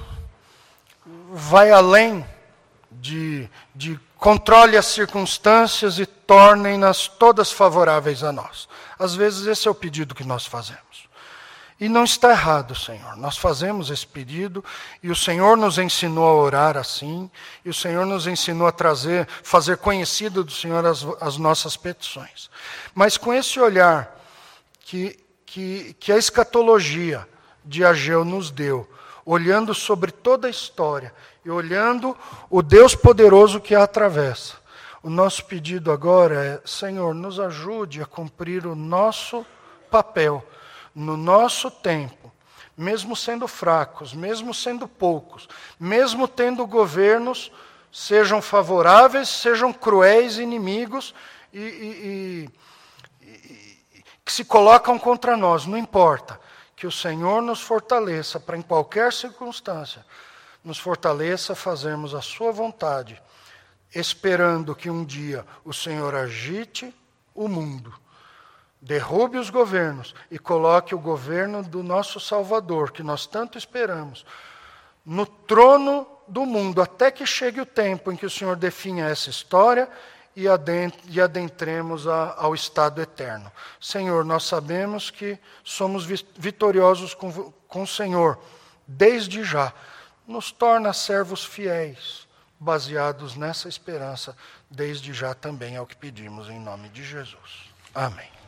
vai além de, de controle as circunstâncias e tornem-nas todas favoráveis a nós. Às vezes esse é o pedido que nós fazemos. E não está errado, Senhor. Nós fazemos esse pedido e o Senhor nos ensinou a orar assim, e o Senhor nos ensinou a trazer, fazer conhecido do Senhor as, as nossas petições. Mas com esse olhar que, que, que a escatologia de Ageu nos deu, olhando sobre toda a história e olhando o Deus poderoso que a atravessa, o nosso pedido agora é, Senhor, nos ajude a cumprir o nosso papel, no nosso tempo, mesmo sendo fracos, mesmo sendo poucos, mesmo tendo governos, sejam favoráveis, sejam cruéis inimigos e, e, e, e que se colocam contra nós, não importa. Que o Senhor nos fortaleça para, em qualquer circunstância, nos fortaleça a fazermos a sua vontade, esperando que um dia o Senhor agite o mundo, derrube os governos e coloque o governo do nosso Salvador, que nós tanto esperamos, no trono do mundo, até que chegue o tempo em que o Senhor definha essa história e adentremos a, ao estado eterno. Senhor, nós sabemos que somos vitoriosos com, com o Senhor, desde já. Nos torna servos fiéis, baseados nessa esperança, desde já também é o que pedimos em nome de Jesus. Amém.